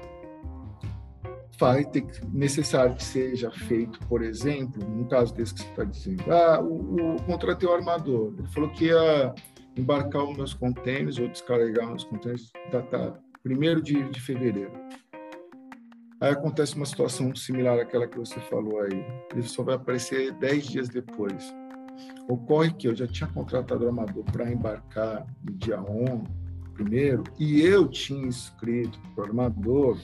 Vai ter que, necessário que seja feito, por exemplo, no caso desse que você está dizendo, ah, o, o contratei o armador, ele falou que ia embarcar os meus contêineres ou descarregar os meus contêineres data primeiro de, de fevereiro. Aí acontece uma situação similar àquela que você falou aí, ele só vai aparecer dez dias depois. Ocorre que eu já tinha contratado o armador para embarcar no dia onze, primeiro, e eu tinha escrito para o armador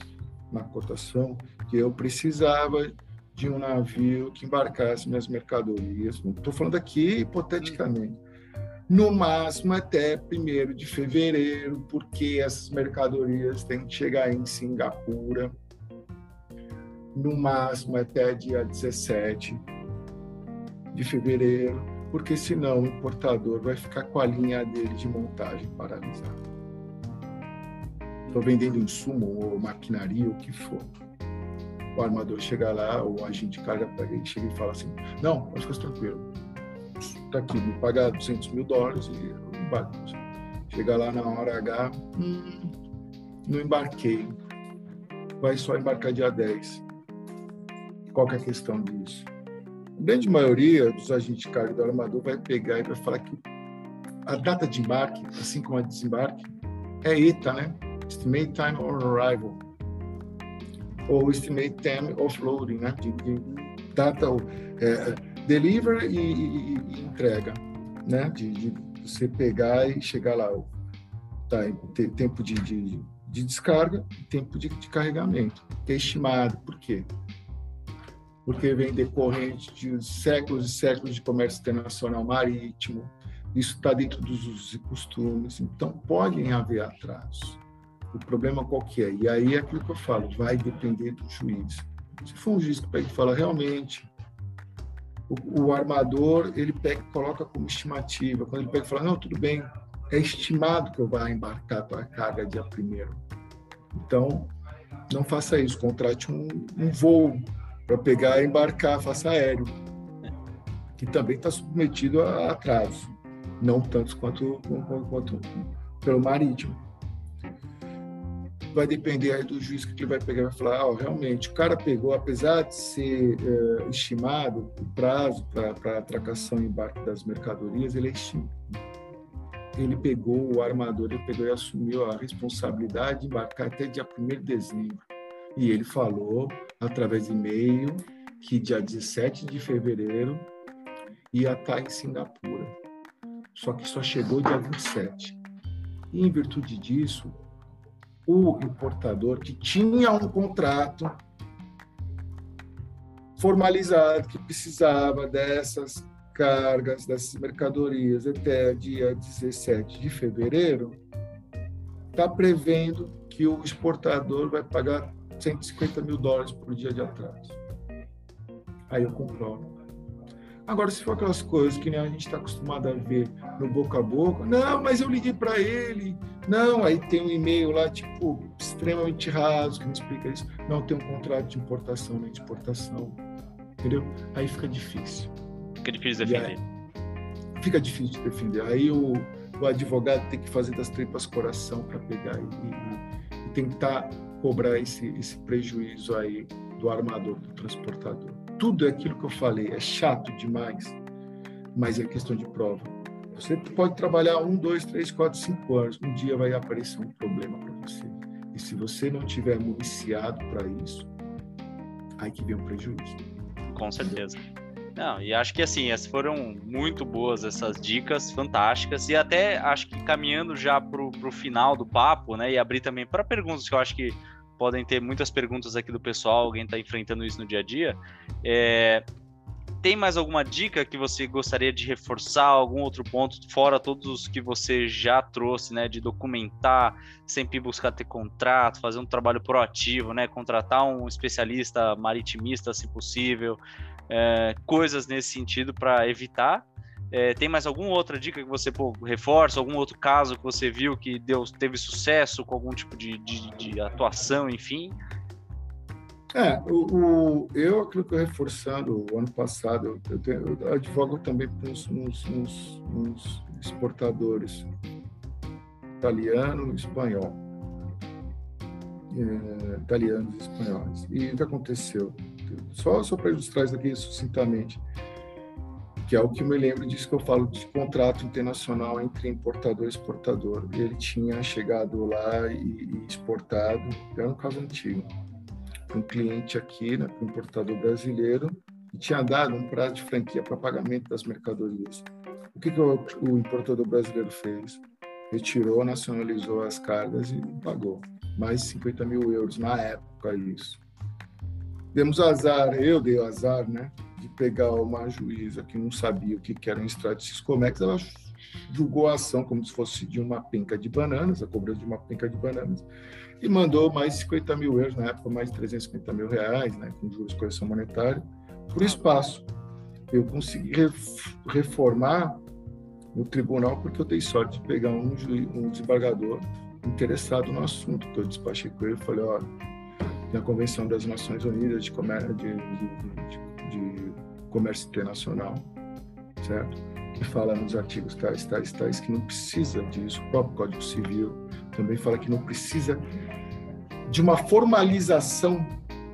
na cotação que eu precisava de um navio que embarcasse minhas mercadorias. Não estou falando aqui hipoteticamente. No máximo até primeiro de fevereiro, porque essas mercadorias têm que chegar em Singapura. No máximo até dia dezessete de fevereiro, porque senão o importador vai ficar com a linha dele de montagem paralisada. Estou vendendo insumo ou maquinaria, o que for. O armador chega lá, o agente de carga pega e chega e fala assim, não, pode ficar tranquilo. Está aqui, me paga duzentos mil dólares e eu embarco. Chega lá na hora H, hum, não embarquei. Vai só embarcar dia dez. Qual que é a questão disso? A grande maioria dos agentes de carga do armador vai pegar e vai falar que a data de embarque, assim como a de desembarque, é I T A, né? Estimate Time of Arrival. Ou Estimate Time of Loading, né? De, de data, é, deliver e, e, e entrega, né? De, de você pegar e chegar lá. Tá, ter tempo de, de, de descarga e tempo de, de carregamento, que é estimado. Por quê? Porque vem decorrente de séculos e séculos de comércio internacional marítimo, isso está dentro dos usos e costumes, então podem haver atrasos. O problema qual que é? E aí é aquilo que eu falo, vai depender do juiz. Se for um juiz que pega e fala, realmente, o, o armador, ele pega e coloca como estimativa, quando ele pega e fala, não, tudo bem, é estimado que eu vá embarcar a tua carga dia primeiro. Então, não faça isso, contrate um, um voo, para pegar e embarcar, faça aéreo, que também está submetido a atrasos, não tantos quanto, quanto, quanto pelo marítimo. Vai depender aí do juiz que ele vai pegar e vai falar, oh, realmente, o cara pegou, apesar de ser uh, estimado o prazo para a atracação e embarque das mercadorias, ele é estimado. Ele pegou, o armador, ele pegou e assumiu a responsabilidade de embarcar até dia primeiro de dezembro. E ele falou, através de e-mail, que dia dezessete de fevereiro ia estar em Singapura. Só que só chegou dia vinte e sete. E, em virtude disso, o importador, que tinha um contrato formalizado, que precisava dessas cargas, dessas mercadorias até dia dezessete de fevereiro, está prevendo que o exportador vai pagar cento e cinquenta mil dólares por dia de atraso. Aí eu comprovo. Agora, se for aquelas coisas que nem a gente está acostumado a ver no boca a boca, não, mas eu liguei para ele, não, aí tem um e-mail lá, tipo, extremamente raso, que me explica isso, não, tem um contrato de importação nem de exportação, entendeu? Aí fica difícil. Fica difícil de defender. Aí, fica difícil de defender. Aí o, o advogado tem que fazer das tripas coração para pegar e, e, e tentar cobrar esse, esse prejuízo aí do armador, do transportador. Tudo é aquilo que eu falei, é chato demais, mas é questão de prova. Você pode trabalhar um, dois, três, quatro, cinco anos, um dia vai aparecer um problema para você. E se você não tiver municiado para isso, aí que vem um prejuízo. Com certeza. Não, e acho que assim, essas foram muito boas essas dicas, fantásticas, e até acho que caminhando já para o final do papo, né, e abrir também para perguntas, que eu acho que podem ter muitas perguntas aqui do pessoal, alguém está enfrentando isso no dia a dia, é, tem mais alguma dica que você gostaria de reforçar, algum outro ponto, fora todos os que você já trouxe, né, de documentar, sempre buscar ter contrato, fazer um trabalho proativo, né, contratar um especialista maritimista, se possível, é, coisas nesse sentido para evitar. É, tem mais alguma outra dica que você pô, reforça, algum outro caso que você viu que deu, teve sucesso com algum tipo de, de, de atuação, enfim? É, o, o, eu, aquilo que eu reforçando, o ano passado, eu, eu, tenho, eu advogo também para uns, uns, uns, uns exportadores italiano e espanhol. É, italianos e espanhóis. E o que aconteceu? Só, só para ilustrar isso aqui sucintamente, que é o que eu me lembro disso que eu falo de contrato internacional entre importador e exportador. Ele tinha chegado lá e, e exportado, era um caso antigo, para um cliente aqui, né, para um importador brasileiro, e tinha dado um prazo de franquia para pagamento das mercadorias. O que, que o, o importador brasileiro fez? Retirou, nacionalizou as cargas e pagou. mais cinquenta mil euros na época, isso. Demos azar, eu dei o azar, né, de pegar uma juíza que não sabia o que era um extrato de Siscomex. Ela julgou a ação como se fosse de uma penca de bananas, a cobrança de uma penca de bananas, e mandou mais cinquenta mil euros, na época mais trezentos e cinquenta mil reais, né, com juros de correção monetária, por espaço. Eu consegui reformar no tribunal porque eu dei sorte de pegar um, juiz, um desembargador interessado no assunto. Então eu despachei com ele e falei, olha, tem a Convenção das Nações Unidas de Comércio, de, de, de, de Comércio Internacional, certo? Que fala nos artigos tais, tais, tais, que não precisa disso. O próprio Código Civil também fala que não precisa de uma formalização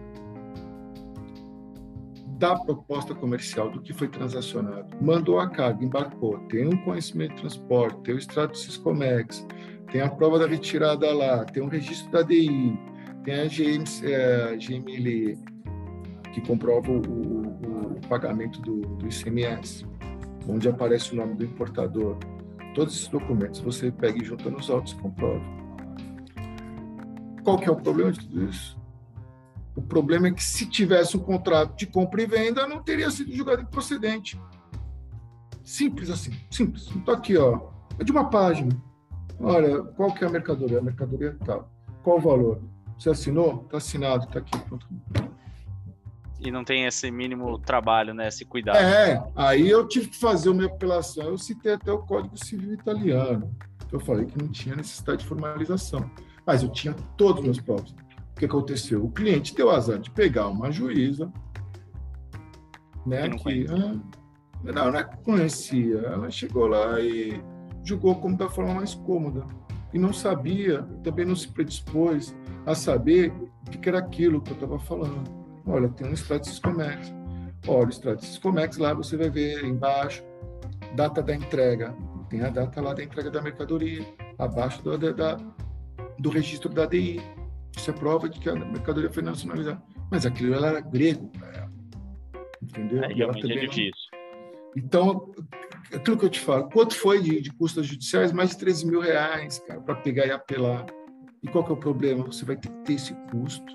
da proposta comercial, do que foi transacionado. Mandou a carga, embarcou, tem um conhecimento de transporte, tem o extrato do Siscomex, tem a prova da retirada lá, tem um registro da D I, tem a G M, é, G M L, que comprova o, o, o pagamento do, do I C M S, onde aparece o nome do importador. Todos esses documentos você pega e junta nos autos e comprova. Qual que é o problema de tudo isso? O problema é que se tivesse um contrato de compra e venda, não teria sido julgado improcedente. Simples assim, simples. Então aqui, ó, é de uma página. Olha, qual que é a mercadoria? A mercadoria é tal. Qual o valor? Você assinou? Está assinado, está aqui. Pronto. E não tem esse mínimo trabalho, né? Esse cuidado. É, aí eu tive que fazer uma apelação. Eu citei até o Código Civil italiano. Eu falei que não tinha necessidade de formalização. Mas eu tinha todos os meus provas. O que aconteceu? O cliente deu azar de pegar uma juíza, né, que ah, não, não é que conhecia, ela chegou lá e julgou como da forma mais cômoda e não sabia, também não se predispôs a saber o que era aquilo que eu estava falando. Olha, tem um extrato de Siscomex. Olha, o extrato de Siscomex, lá você vai ver embaixo, data da entrega, tem a data lá da entrega da mercadoria, abaixo do, da, do registro da D I. Isso é prova de que a mercadoria foi nacionalizada. Mas aquilo ela era grego para ela. Entendeu? É, realmente é difícil. Não... Então, aquilo que eu te falo, quanto foi de, de custas judiciais? Mais de treze mil reais, cara, para pegar e apelar. E qual que é o problema? Você vai ter que ter esse custo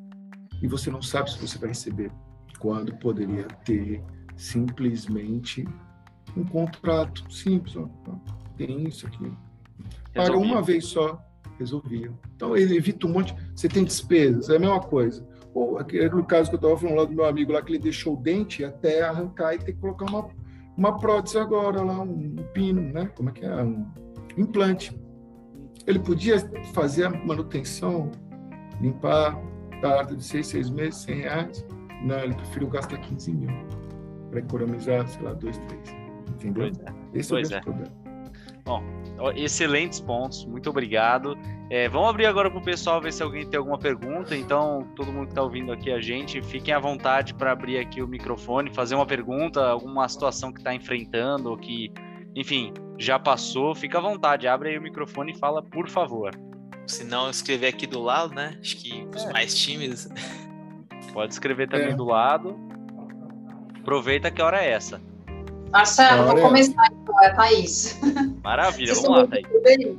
e você não sabe se você vai receber. Quando poderia ter simplesmente um contrato simples. Ó, tem isso aqui. Paga uma vez só. Resolvia. Então, ele evita um monte. Você tem despesas, é a mesma coisa. Ou aquele caso que eu estava falando lá do meu amigo lá, que ele deixou o dente até arrancar e ter que colocar uma, uma prótese agora lá, um, um pino, né? Como é que é? Um implante. Ele podia fazer a manutenção, limpar, da arte de seis, seis meses, cem reais. Não, ele preferiu gastar quinze mil para economizar, sei lá, dois, três. Entendeu? Pois é. Esse Pois é o é. problema. Bom, excelentes pontos, muito obrigado. É, vamos abrir agora para o pessoal ver se alguém tem alguma pergunta. Então, todo mundo que está ouvindo aqui a gente, fiquem à vontade para abrir aqui o microfone, fazer uma pergunta, alguma situação que está enfrentando, ou que, enfim, já passou. Fica à vontade, abre aí o microfone e fala, por favor. Se não, escrever aqui do lado, né? Acho que os É. mais tímidos. Pode escrever também É. do lado. Aproveita que a hora é essa. Marcelo, vou começar então, é a Thaís. Maravilha, Vocês vamos lá, estão Thaís. bem?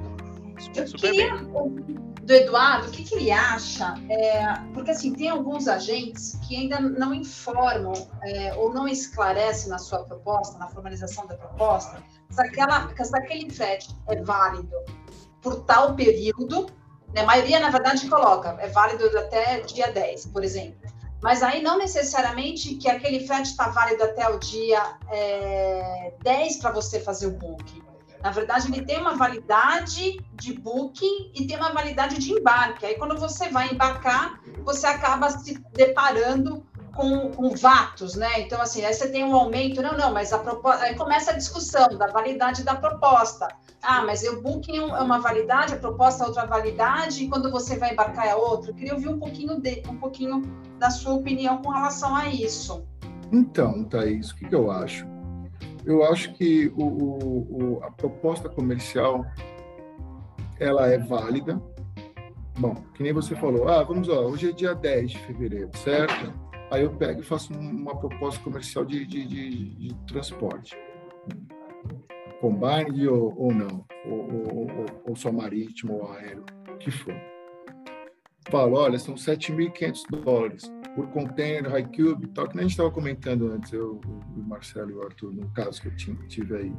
Eu Super queria bem. ouvir do Eduardo, o que, que ele acha, é, porque assim, tem alguns agentes que ainda não informam é, ou não esclarecem na sua proposta, na formalização da proposta, se, aquela, se aquele frete é válido por tal período, né? A maioria, na verdade, coloca, é válido até dia dez, por exemplo. Mas aí não necessariamente que aquele frete está válido até o dia é, dez para você fazer o booking. Na verdade, ele tem uma validade de booking e tem uma validade de embarque. Aí, quando você vai embarcar, você acaba se deparando com, com vatos, né? Então, assim, aí você tem um aumento. Não, não, mas a proposta... Aí começa a discussão da validade da proposta. Ah, mas o booking é uma validade, a proposta é outra validade, e quando você vai embarcar é outra. Eu queria ouvir um pouquinho, de, um pouquinho da sua opinião com relação a isso. Então, Thaís, o que, que eu acho? Eu acho que o, o, a proposta comercial, ela é válida. Bom, que nem você falou, ah, vamos lá, hoje é dia dez de fevereiro, certo? Aí eu pego e faço uma proposta comercial de, de, de, de transporte. Combine ou, ou não, ou, ou, ou, ou só marítimo ou aéreo, o que for. fala, olha, são sete mil e quinhentos dólares por container, high cube e tal, que nem a gente estava comentando antes, eu, o Marcelo e o Arthur, no caso que eu tinha, tive aí.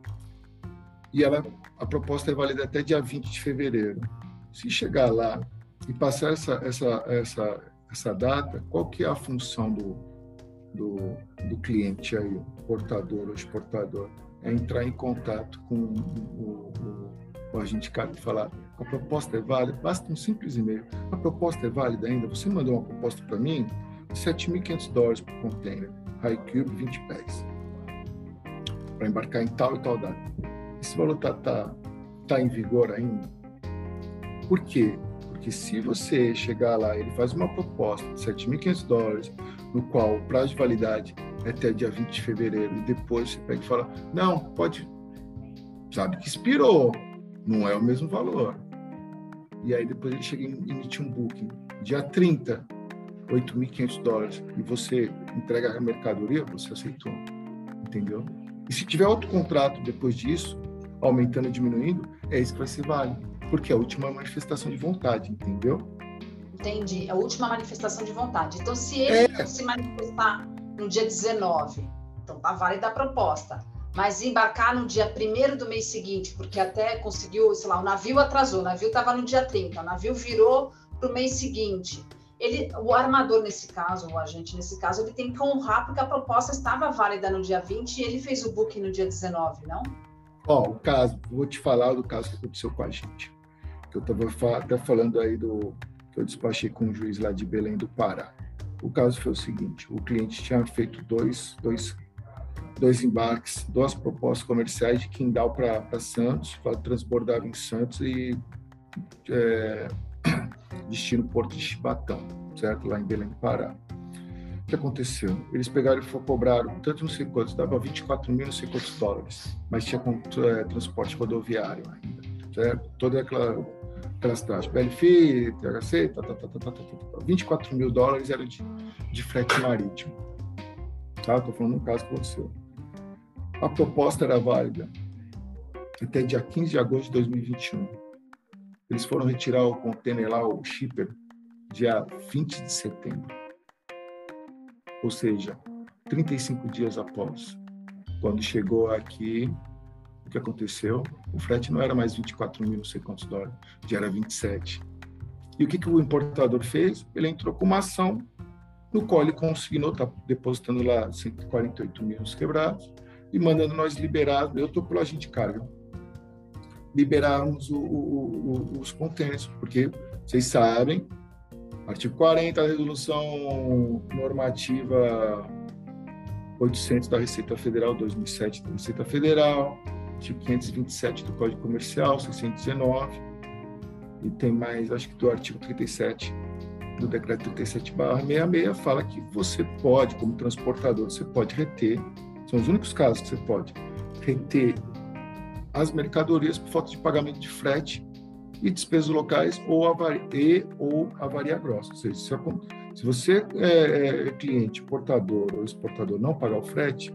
E ela, a proposta é válida até dia vinte de fevereiro. Se chegar lá e passar essa, essa, essa, essa data, qual que é a função do, do, do cliente aí, portador ou exportador? É entrar em contato com o, o, o agente cargo e falar, a proposta é válida, basta um simples e-mail. A proposta é válida ainda? Você mandou uma proposta para mim de sete mil e quinhentos dólares por container, high cube, vinte pés, para embarcar em tal e tal data. Esse valor está tá, tá em vigor ainda? Por quê? Porque se você chegar lá, ele faz uma proposta de sete mil e quinhentos dólares, no qual o prazo de validade é até dia vinte de fevereiro, e depois você pega e fala, não, pode, sabe que expirou, não é o mesmo valor. E aí depois ele chega e emite um booking, dia trinta, oito mil e quinhentos dólares, e você entrega a mercadoria, você aceitou, entendeu? E se tiver outro contrato depois disso, aumentando e diminuindo, é isso que vai ser válido, porque é a última manifestação de vontade, entendeu? Entendi, é a última manifestação de vontade. Então, se ele é. se manifestar no dia dezenove, então tá válida a proposta, mas embarcar no dia primeiro do mês seguinte, porque até conseguiu, sei lá, o navio atrasou, o navio estava no dia trinta, o navio virou para o mês seguinte. Ele, o armador, nesse caso, o agente, nesse caso, ele tem que honrar, porque a proposta estava válida no dia vinte e ele fez o booking no dia dezenove, não? Ó, o caso, vou te falar do caso que aconteceu com a gente, que eu estava até falando aí do que eu despachei com um juiz lá de Belém do Pará. O caso foi o seguinte, o cliente tinha feito dois, dois, dois embarques, duas propostas comerciais de Quindal para Santos, transbordava em Santos e é, destino Porto de Chibatão, certo? Lá em Belém do Pará. O que aconteceu? Eles pegaram e cobraram, tanto não sei quantos, dava vinte e quatro mil, não sei quantos dólares, mas tinha é, transporte rodoviário ainda, certo? Toda aquela, aquelas taxas, B L F, T H C, tá, tá, tá, tá, tá, tá, tá. vinte e quatro mil dólares era de, de frete marítimo, tá? Estou falando um caso que aconteceu. A proposta era válida até dia quinze de agosto de dois mil e vinte e um. Eles foram retirar o container lá, o shipper, dia vinte de setembro. Ou seja, trinta e cinco dias após. Quando chegou aqui, o que aconteceu? O frete não era mais vinte e quatro mil, não sei quantos dólares, já era vinte e sete. E o que, que o importador fez? Ele entrou com uma ação no qual ele consignou, está depositando lá cento e quarenta e oito mil quebrados e mandando nós liberar, eu estou pelo agente de carga, liberarmos o, o, o, os contêineres, porque vocês sabem, artigo quarenta da Resolução Normativa oitocentos da Receita Federal, dois mil e sete da Receita Federal, artigo quinhentos e vinte e sete do Código Comercial, seiscentos e dezenove, e tem mais, acho que do artigo trinta e sete do Decreto trinta e sete barra sessenta e seis, fala que você pode, como transportador, você pode reter, são os únicos casos que você pode reter as mercadorias por falta de pagamento de frete e despesas locais ou avaria, e, ou avaria grossa. Ou seja, se, se você é, é cliente, portador ou exportador não pagar o frete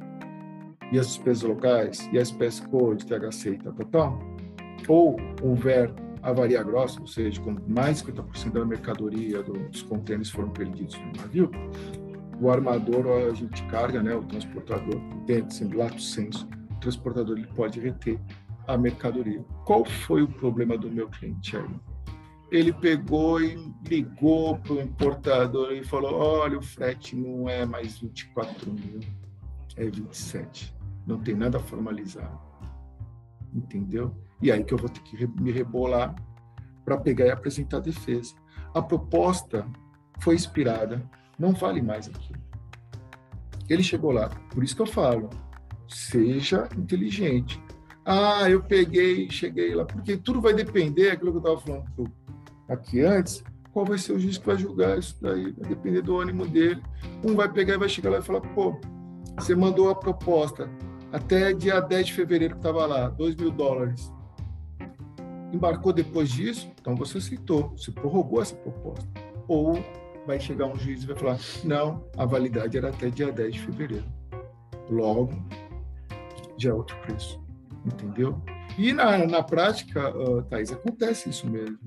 e as despesas locais e a espécie code, T H C e tal, tal, tal, ou houver avaria grossa, ou seja, com mais de cinquenta por cento da mercadoria dos contêineres foram perdidos no navio, o armador ou a agente de carga, né, o transportador, dentro, sendo lato sensu, o transportador ele pode reter a mercadoria. Qual foi o problema do meu cliente aí? Ele pegou e ligou para o importador e falou, olha, o frete não é mais vinte e quatro mil, é vinte e sete. Não tem nada formalizado. Entendeu? E aí que eu vou ter que me rebolar para pegar e apresentar a defesa. A proposta foi expirada, não vale mais aquilo. Ele chegou lá, por isso que eu falo, seja inteligente. Ah, eu peguei, cheguei lá, porque tudo vai depender, aquilo que eu estava falando aqui antes, qual vai ser o juiz que vai julgar isso daí, vai depender do ânimo dele. Um vai pegar e vai chegar lá e falar, pô, você mandou a proposta até dia dez de fevereiro que estava lá, dois mil dólares. Embarcou depois disso, então você aceitou, você prorrogou essa proposta. Ou vai chegar um juiz e vai falar, não, a validade era até dia dez de fevereiro. Logo, já é outro preço. Entendeu? E na, na prática, uh, Thaís, acontece isso mesmo.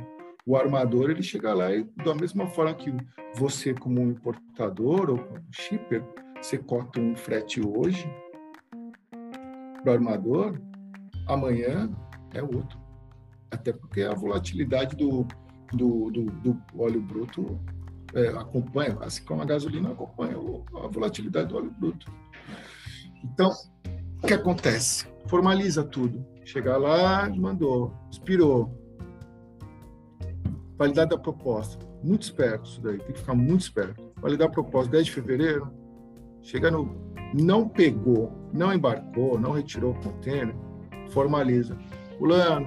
O armador, ele chega lá e, da mesma forma que você, como um importador ou como shipper, você cota um frete hoje para o armador, amanhã é outro. Até porque a volatilidade do, do, do, do óleo bruto é, acompanha, assim como a gasolina acompanha a volatilidade do óleo bruto. Então, o que acontece? Formaliza tudo. Chegar lá, mandou, expirou. Validade da proposta. Muito esperto isso daí, tem que ficar muito esperto. Validar a proposta, dez de fevereiro, chega no... Não pegou, não embarcou, não retirou o container, formaliza. Fulano,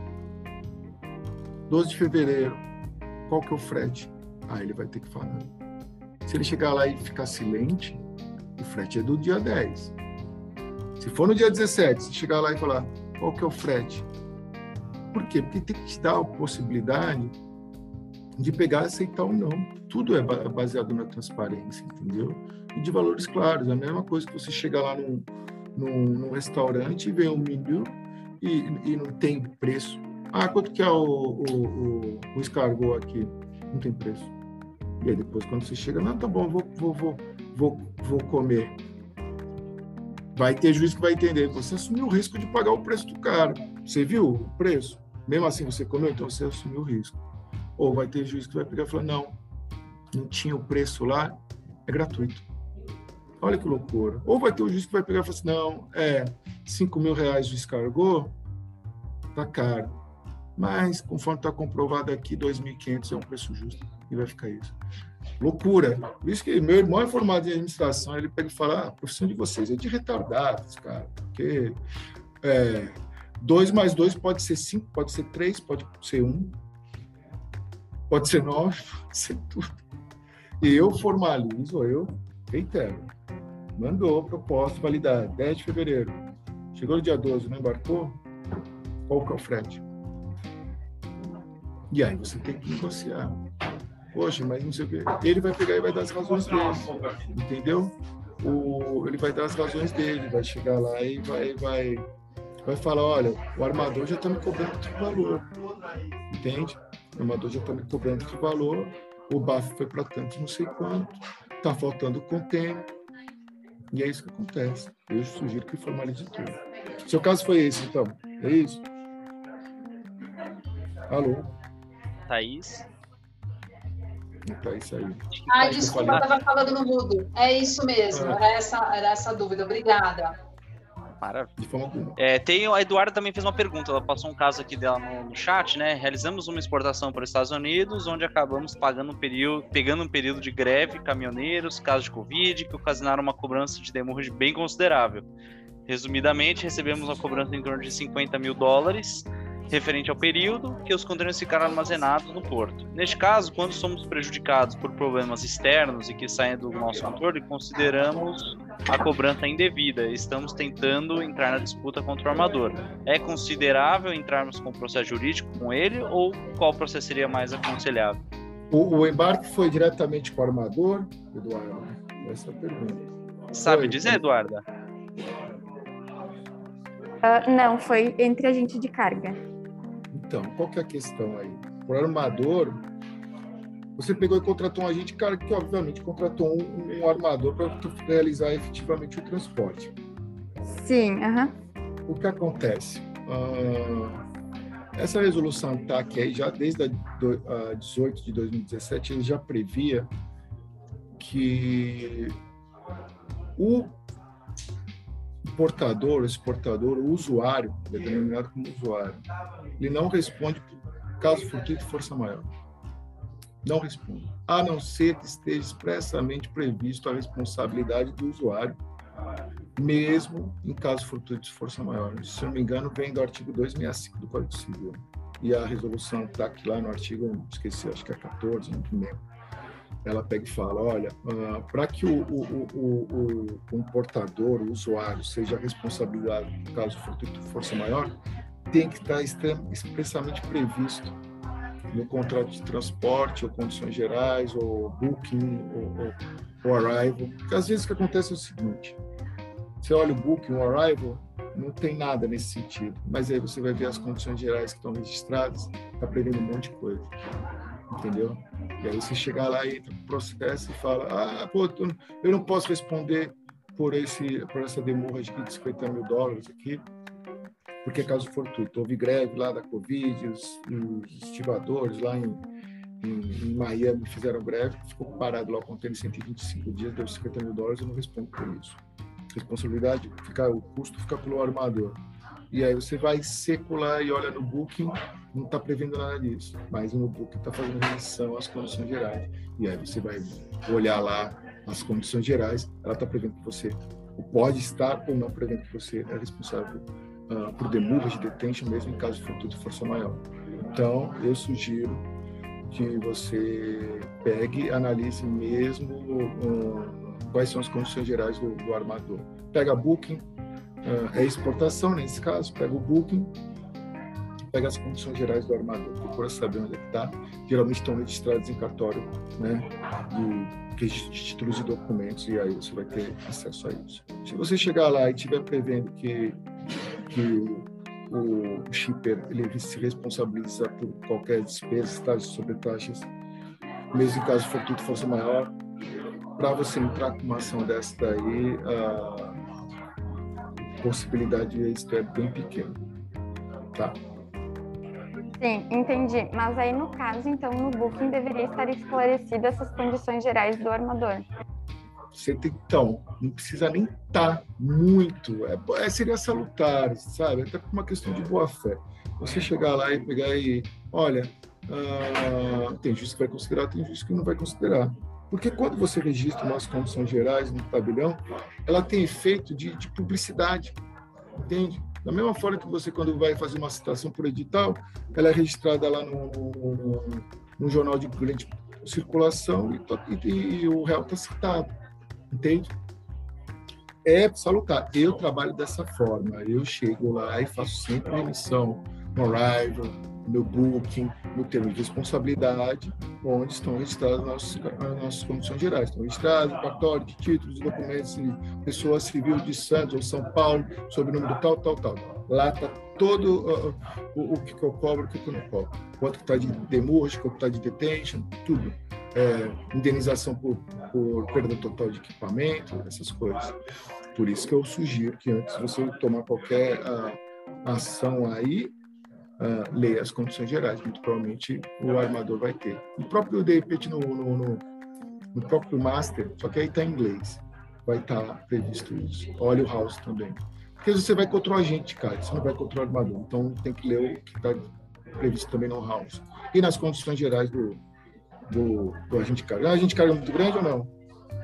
doze de fevereiro, qual que é o frete? Ah, ele vai ter que falar. Se ele chegar lá e ficar silente, o frete é do dia dez. Se for no dia dezessete, se chegar lá e falar, qual que é o frete? Por quê? Porque tem que te dar a possibilidade de pegar e aceitar ou não. Tudo é baseado na transparência, entendeu? E de valores claros. É a mesma coisa que você chegar lá num, num, num restaurante e ver um menu e, e não tem preço. Ah, quanto que é o, o, o, o escargot aqui? Não tem preço. E aí depois, quando você chega, não, tá bom, vou, vou, vou, vou, vou comer. Vai ter juiz que vai entender. Você assumiu o risco de pagar o preço do cara. Você viu o preço? Mesmo assim você comeu, então você assumiu o risco. Ou vai ter juiz que vai pegar e falar, não, não tinha o preço lá, é gratuito. Olha que loucura. Ou vai ter o juiz que vai pegar e falar assim, não, é cinco mil reais o escargot, tá caro. Mas, conforme está comprovado aqui, dois mil e quinhentos é um preço justo. E vai ficar isso. Loucura. Por isso que meu irmão é formado em administração, ele pega e fala, ah, a profissão de vocês é de retardados, cara. Porque é, dois mais dois pode ser cinco, pode ser três, pode ser um, pode ser nove, pode ser tudo. E eu formalizo, eu reitero. Mandou proposta, validade, dez de fevereiro. Chegou no dia doze, não embarcou? Qual que é o frete? E aí você tem que negociar. Poxa, mas não sei o quê. Ele vai pegar e vai dar as razões dele. Entendeu? O, ele vai dar as razões dele, vai chegar lá e vai, vai, vai falar, olha, o armador já está me cobrando outro valor. Entende? O armador já está me cobrando outro valor, o B A F foi para tanto não sei quanto, está faltando container. E é isso que acontece. Eu sugiro que formalize tudo. Seu caso foi esse, então? É isso? Alô? Thaís? Não tá isso aí. Ai, desculpa, eu estava falando no mudo. É isso mesmo, ah. era, essa, era essa a dúvida. Obrigada. Maravilha. É, tem, a Eduarda também fez uma pergunta, ela passou um caso aqui dela no, no chat, né? Realizamos uma exportação para os Estados Unidos, onde acabamos pagando um período, pegando um período de greve, caminhoneiros, casos de Covid, que ocasionaram uma cobrança de demurrage bem considerável. Resumidamente, recebemos uma cobrança em torno de cinquenta mil dólares, referente ao período que os contêineres ficaram armazenados no porto. Neste caso, quando somos prejudicados por problemas externos e que saem do nosso controle, consideramos a cobrança indevida. Estamos tentando entrar na disputa contra o armador. É considerável entrarmos com o processo jurídico com ele ou qual processo seria mais aconselhável? O, o embarque foi diretamente com o armador, Eduardo? Essa é a pergunta. Sabe foi, dizer, foi... Eduarda? Uh, não, foi entre agente de carga. Então, qual que é a questão aí? O armador, você pegou e contratou um agente de carga que, obviamente, contratou um, um armador para realizar efetivamente o transporte. Sim, aham. Uh-huh. O que acontece? Uh, essa resolução T A C aí, já desde a, do, a dezoito de dois mil e dezessete, ele já previa que o portador, exportador, o usuário, denominado como usuário, ele não responde por caso fortuito e força maior. Não responde. A não ser que esteja expressamente previsto a responsabilidade do usuário, mesmo em caso fortuito e força maior. Se eu não me engano, vem do artigo duzentos e sessenta e cinco do Código Civil. E a resolução está aqui lá no artigo, esqueci, acho que é quatorze, não me lembro. Ela pega e fala, olha, uh, para que o, o, o, o, o importador, o usuário, seja responsabilizado no caso fortuito de força maior, tem que estar expressamente previsto no contrato de transporte, ou condições gerais, ou booking, ou, ou, ou arrival. Porque às vezes o que acontece é o seguinte, você olha o booking, o arrival, não tem nada nesse sentido. Mas aí você vai ver as condições gerais que estão registradas, está prevendo um monte de coisa. Entendeu? E aí você chegar lá e entra no processo e fala, ah, pô, eu não posso responder por, esse, por essa demora de cinquenta mil dólares aqui, porque é caso fortuito. Houve greve lá da Covid, os, os estivadores lá em, em, em Miami fizeram greve, ficou parado lá o container cento e vinte e cinco dias, deu cinquenta mil dólares, eu não respondo por isso. Responsabilidade, fica, o custo fica pelo armador. E aí você vai secular e olha no Booking, não está prevendo nada disso, mas no Booking está fazendo menção às condições gerais. E aí você vai olhar lá as condições gerais, ela está prevendo que você pode estar ou não prevendo que você é responsável uh, por demurras de detention, mesmo em caso de fortuito e força maior. Então, eu sugiro que você pegue, analise mesmo uh, quais são as condições gerais do, do armador. Pega Booking, uh, é exportação nesse caso, pega o Booking, pega as condições gerais do armador, procura saber onde é que está. Geralmente estão registrados em cartório, né, de, de títulos e documentos, e aí você vai ter acesso a isso. Se você chegar lá e estiver prevendo que, que o shipper ele se responsabiliza por qualquer despesa, taxas sobre taxas, mesmo em caso de fortuito e força maior, para você entrar com uma ação dessa daí, a possibilidade de êxito é bem pequena, tá? Sim, entendi. Mas aí, no caso, então, no Booking deveria estar esclarecido essas condições gerais do armador. Você tem, então, não precisa nem estar muito, é, é, seria salutar, sabe? Até por uma questão de boa-fé. Você chegar lá e pegar e, olha, ah, tem juiz que vai considerar, tem juiz que não vai considerar. Porque quando você registra umas condições gerais no tabelião, ela tem efeito de, de publicidade, entende? Da mesma forma que você, quando vai fazer uma citação por edital, ela é registrada lá no, no, no jornal de grande circulação e, e, e o réu está citado, entende? É salutar. Eu trabalho dessa forma. Eu chego lá e faço sempre emissão no Arrival, no Booking, no termo de responsabilidade, onde estão registradas as nossas, as nossas condições gerais. Estão registradas o cartório de títulos e documentos de pessoa civil de Santos ou São Paulo, sob o número tal, tal, tal. Lá está todo uh, o, o que eu cobro, o que eu não cobro. Quanto está de demurge, quanto está de detention, tudo. É, indenização por, por perda total de equipamento, essas coisas. Por isso que eu sugiro que antes de você tomar qualquer uh, ação aí, Uh, leia as condições gerais, muito provavelmente o armador vai ter. O próprio, de repente, no, no, no, no próprio Master, só que aí está em inglês, vai estar tá previsto isso. Olha o House também. Porque você vai contra o agente, cara, você não vai contra o armador, então tem que ler o que está previsto também no House. E nas condições gerais do, do, do agente carga. A agente carga é muito grande ou não?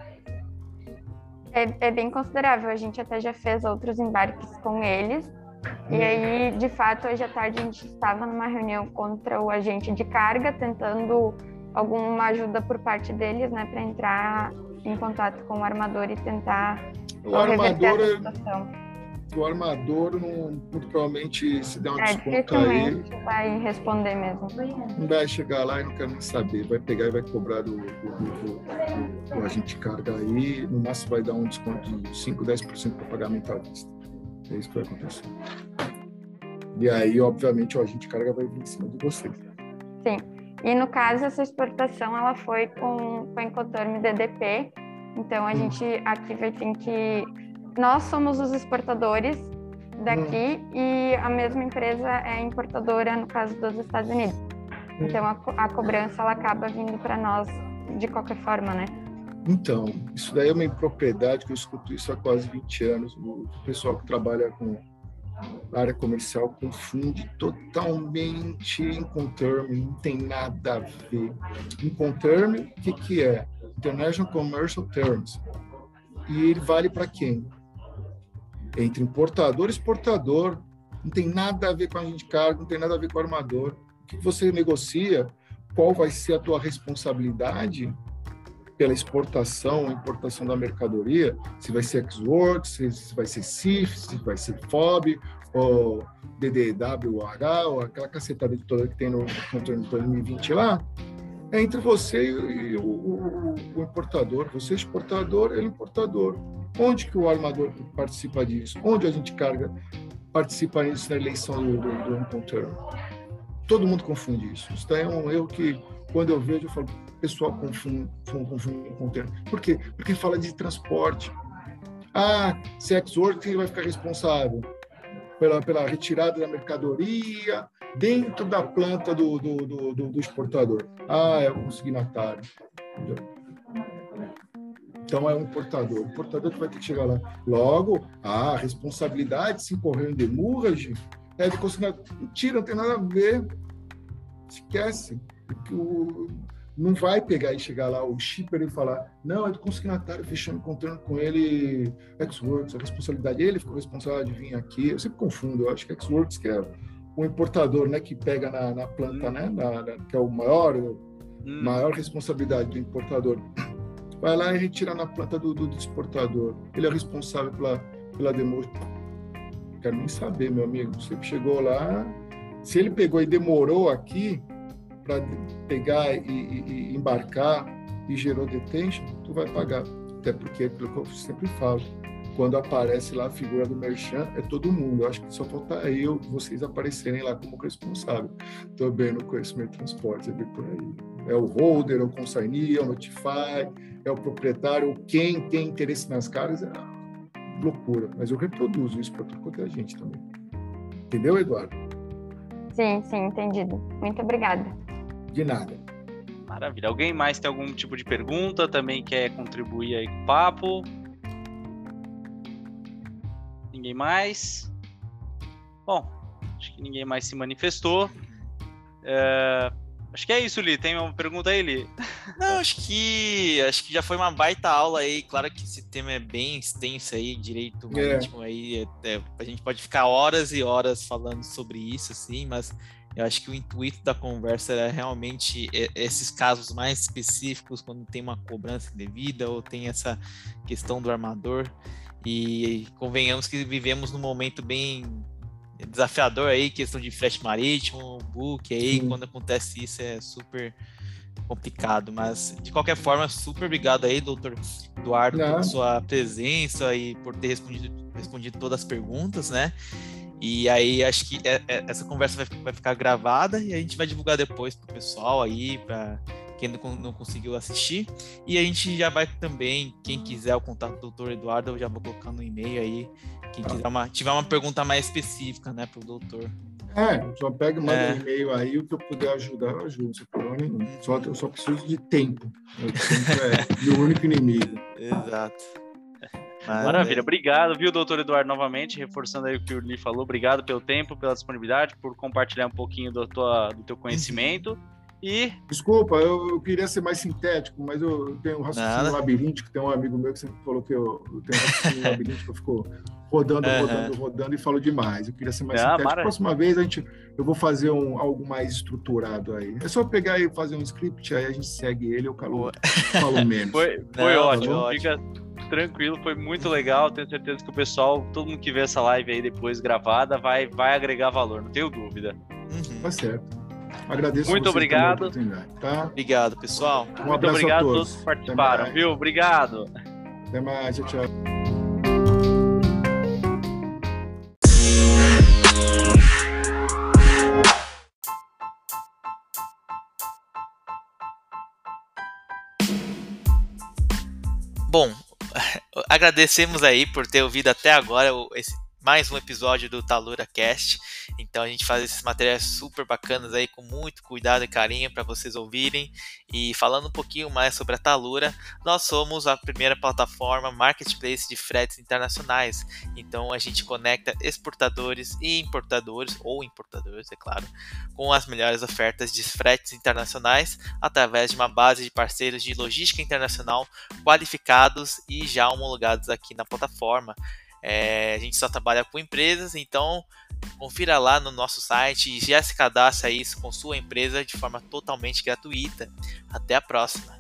É, é bem considerável, a gente até já fez outros embarques com eles. E aí, de fato, hoje à tarde a gente estava numa reunião contra o agente de carga, tentando alguma ajuda por parte deles, né, para entrar em contato com o armador e tentar o armador, reverter a situação. O armador, não, muito provavelmente, se der um é, desconto aí, vai responder mesmo. Não vai chegar lá e não quer nem saber, vai pegar e vai cobrar do, do, do, do, do agente de carga aí, no máximo vai dar um desconto de cinco, dez por cento para pagamento à vista. É isso que vai acontecer. E aí, obviamente, o agente de carga vai vir em cima de você. Sim. E no caso, essa exportação ela foi com, com a Incoterm D D P. Então, a hum. gente aqui vai ter que... Nós somos os exportadores daqui hum. e a mesma empresa é importadora, no caso dos Estados Unidos. Hum. Então, a, a cobrança ela acaba vindo para nós de qualquer forma, né? Então, isso daí é uma impropriedade que eu escuto isso há quase vinte anos. O pessoal que trabalha com a área comercial confunde totalmente Incoterm, não tem nada a ver. Incoterm, o que, que é? International Commercial Terms. E ele vale para quem? Entre importador e exportador. Não tem nada a ver com a agente de carga, não tem nada a ver com o armador. O que você negocia? Qual vai ser a tua responsabilidade pela exportação ou importação da mercadoria, se vai ser Ex-Works, se vai ser C I F, se vai ser F O B, ou D D W H, ou aquela cacetada de toda que tem no controle de dois mil e vinte lá, é entre você e o, o, o importador. Você é exportador, ele é importador. Onde que o armador participa disso? Onde a gente carga participa disso na eleição do, do, do encontro? Todo mundo confunde isso. Isso daí é um erro que, quando eu vejo, eu falo, o pessoal confunde, confunde container. Por quê? Porque fala de transporte. Ah, se é Ex-Works, quem vai ficar responsável pela, pela retirada da mercadoria dentro da planta do, do, do, do, do exportador? Ah, é o consignatário. Entendeu? Então, é um importador. O importador que vai ter que chegar lá. Logo, a responsabilidade, se correr em demurrage, é de consignatário. Mentira, não tem nada a ver. Esquece. O, não vai pegar e chegar lá o shipper e falar, não, é do consignatário, fechando, encontrando com ele Ex-Works, a responsabilidade. Ele ficou responsável de vir aqui. Eu sempre confundo. Eu acho que Ex-Works que é o importador, né, que pega na, na planta, hum. né, na, na, que é o maior, hum. maior responsabilidade do importador. Vai lá e retira na planta do, do exportador. Ele é responsável pela, pela demora. Não quero nem saber, meu amigo. Você chegou lá, se ele pegou e demorou aqui para pegar e, e, e embarcar e gerou detention, tu vai pagar. Até porque, pelo que eu sempre falo, quando aparece lá a figura do merchan, é todo mundo. Eu acho que só falta eu, vocês aparecerem lá como responsável. Também no conhecimento de transporte, é bem por aí. É o holder, é o consignee, é o notify, é o proprietário, quem tem interesse nas caras, é loucura. Mas eu reproduzo isso para tudo quanto é a gente também. Entendeu, Eduardo? Sim, sim, entendido. Muito obrigada. De nada. Maravilha. Alguém mais tem algum tipo de pergunta? Também quer contribuir aí com o papo? Ninguém mais? Bom, acho que ninguém mais se manifestou. É... Acho que é isso, Li. Tem uma pergunta aí, Li? Não, acho que acho que já foi uma baita aula aí. Claro que esse tema é bem extenso aí, direito marítimo é. aí. É, é, a gente pode ficar horas e horas falando sobre isso, assim, mas eu acho que o intuito da conversa é realmente esses casos mais específicos, quando tem uma cobrança indevida ou tem essa questão do armador. E convenhamos que vivemos num momento bem desafiador aí, questão de frete marítimo, book aí, Sim. quando acontece isso é super complicado, mas de qualquer forma, super obrigado aí, doutor Eduardo, Não. pela sua presença e por ter respondido, respondido todas as perguntas, né? E aí acho que é, é, essa conversa vai, vai ficar gravada e a gente vai divulgar depois pro pessoal aí, para quem não, não conseguiu assistir, e a gente já vai também, quem quiser o contato do doutor Eduardo, eu já vou colocar no e-mail aí, quem quiser uma, tiver uma pergunta mais específica, né, pro doutor. É, só pega e manda é. um e-mail aí, o que eu puder ajudar, eu ajudo, sem problema nenhum. Só, eu só preciso de tempo. O tempo é meu único inimigo. Exato. Mas, Maravilha, é. obrigado, viu, doutor Eduardo, novamente, reforçando aí o que o Li falou, obrigado pelo tempo, pela disponibilidade, por compartilhar um pouquinho do, tua, do teu conhecimento. E... Desculpa, eu, eu queria ser mais sintético, mas eu, eu tenho um raciocínio Nada. labiríntico, tem um amigo meu que sempre falou que eu, eu tenho um raciocínio labiríntico, eu fico rodando, uhum. rodando, rodando e falo demais. Eu queria ser mais ah, sintético. Próxima vez a gente, eu vou fazer um, algo mais estruturado aí. É só pegar e fazer um script, aí a gente segue ele, eu falo, falo menos. Foi, foi Não, ótimo, foi fica ótimo. Tranquilo, foi muito legal. Tenho certeza que o pessoal, todo mundo que vê essa live aí depois gravada, vai, vai agregar valor, não tenho dúvida. Uhum. Tá certo. Agradeço Muito obrigado. Tá? Obrigado, pessoal. Um Muito abraço obrigado a todos. todos que participaram, viu? Obrigado. Até mais, tchau, tchau. Bom, agradecemos aí por ter ouvido até agora esse mais um episódio do Talura Cast. Então a gente faz esses materiais super bacanas aí com muito cuidado e carinho para vocês ouvirem. E falando um pouquinho mais sobre a Talura, nós somos a primeira plataforma marketplace de fretes internacionais. Então a gente conecta exportadores e importadores, ou importadores, é claro, com as melhores ofertas de fretes internacionais através de uma base de parceiros de logística internacional qualificados e já homologados aqui na plataforma. É, a gente só trabalha com empresas, então confira lá no nosso site e já se cadastra isso com sua empresa de forma totalmente gratuita. Até a próxima!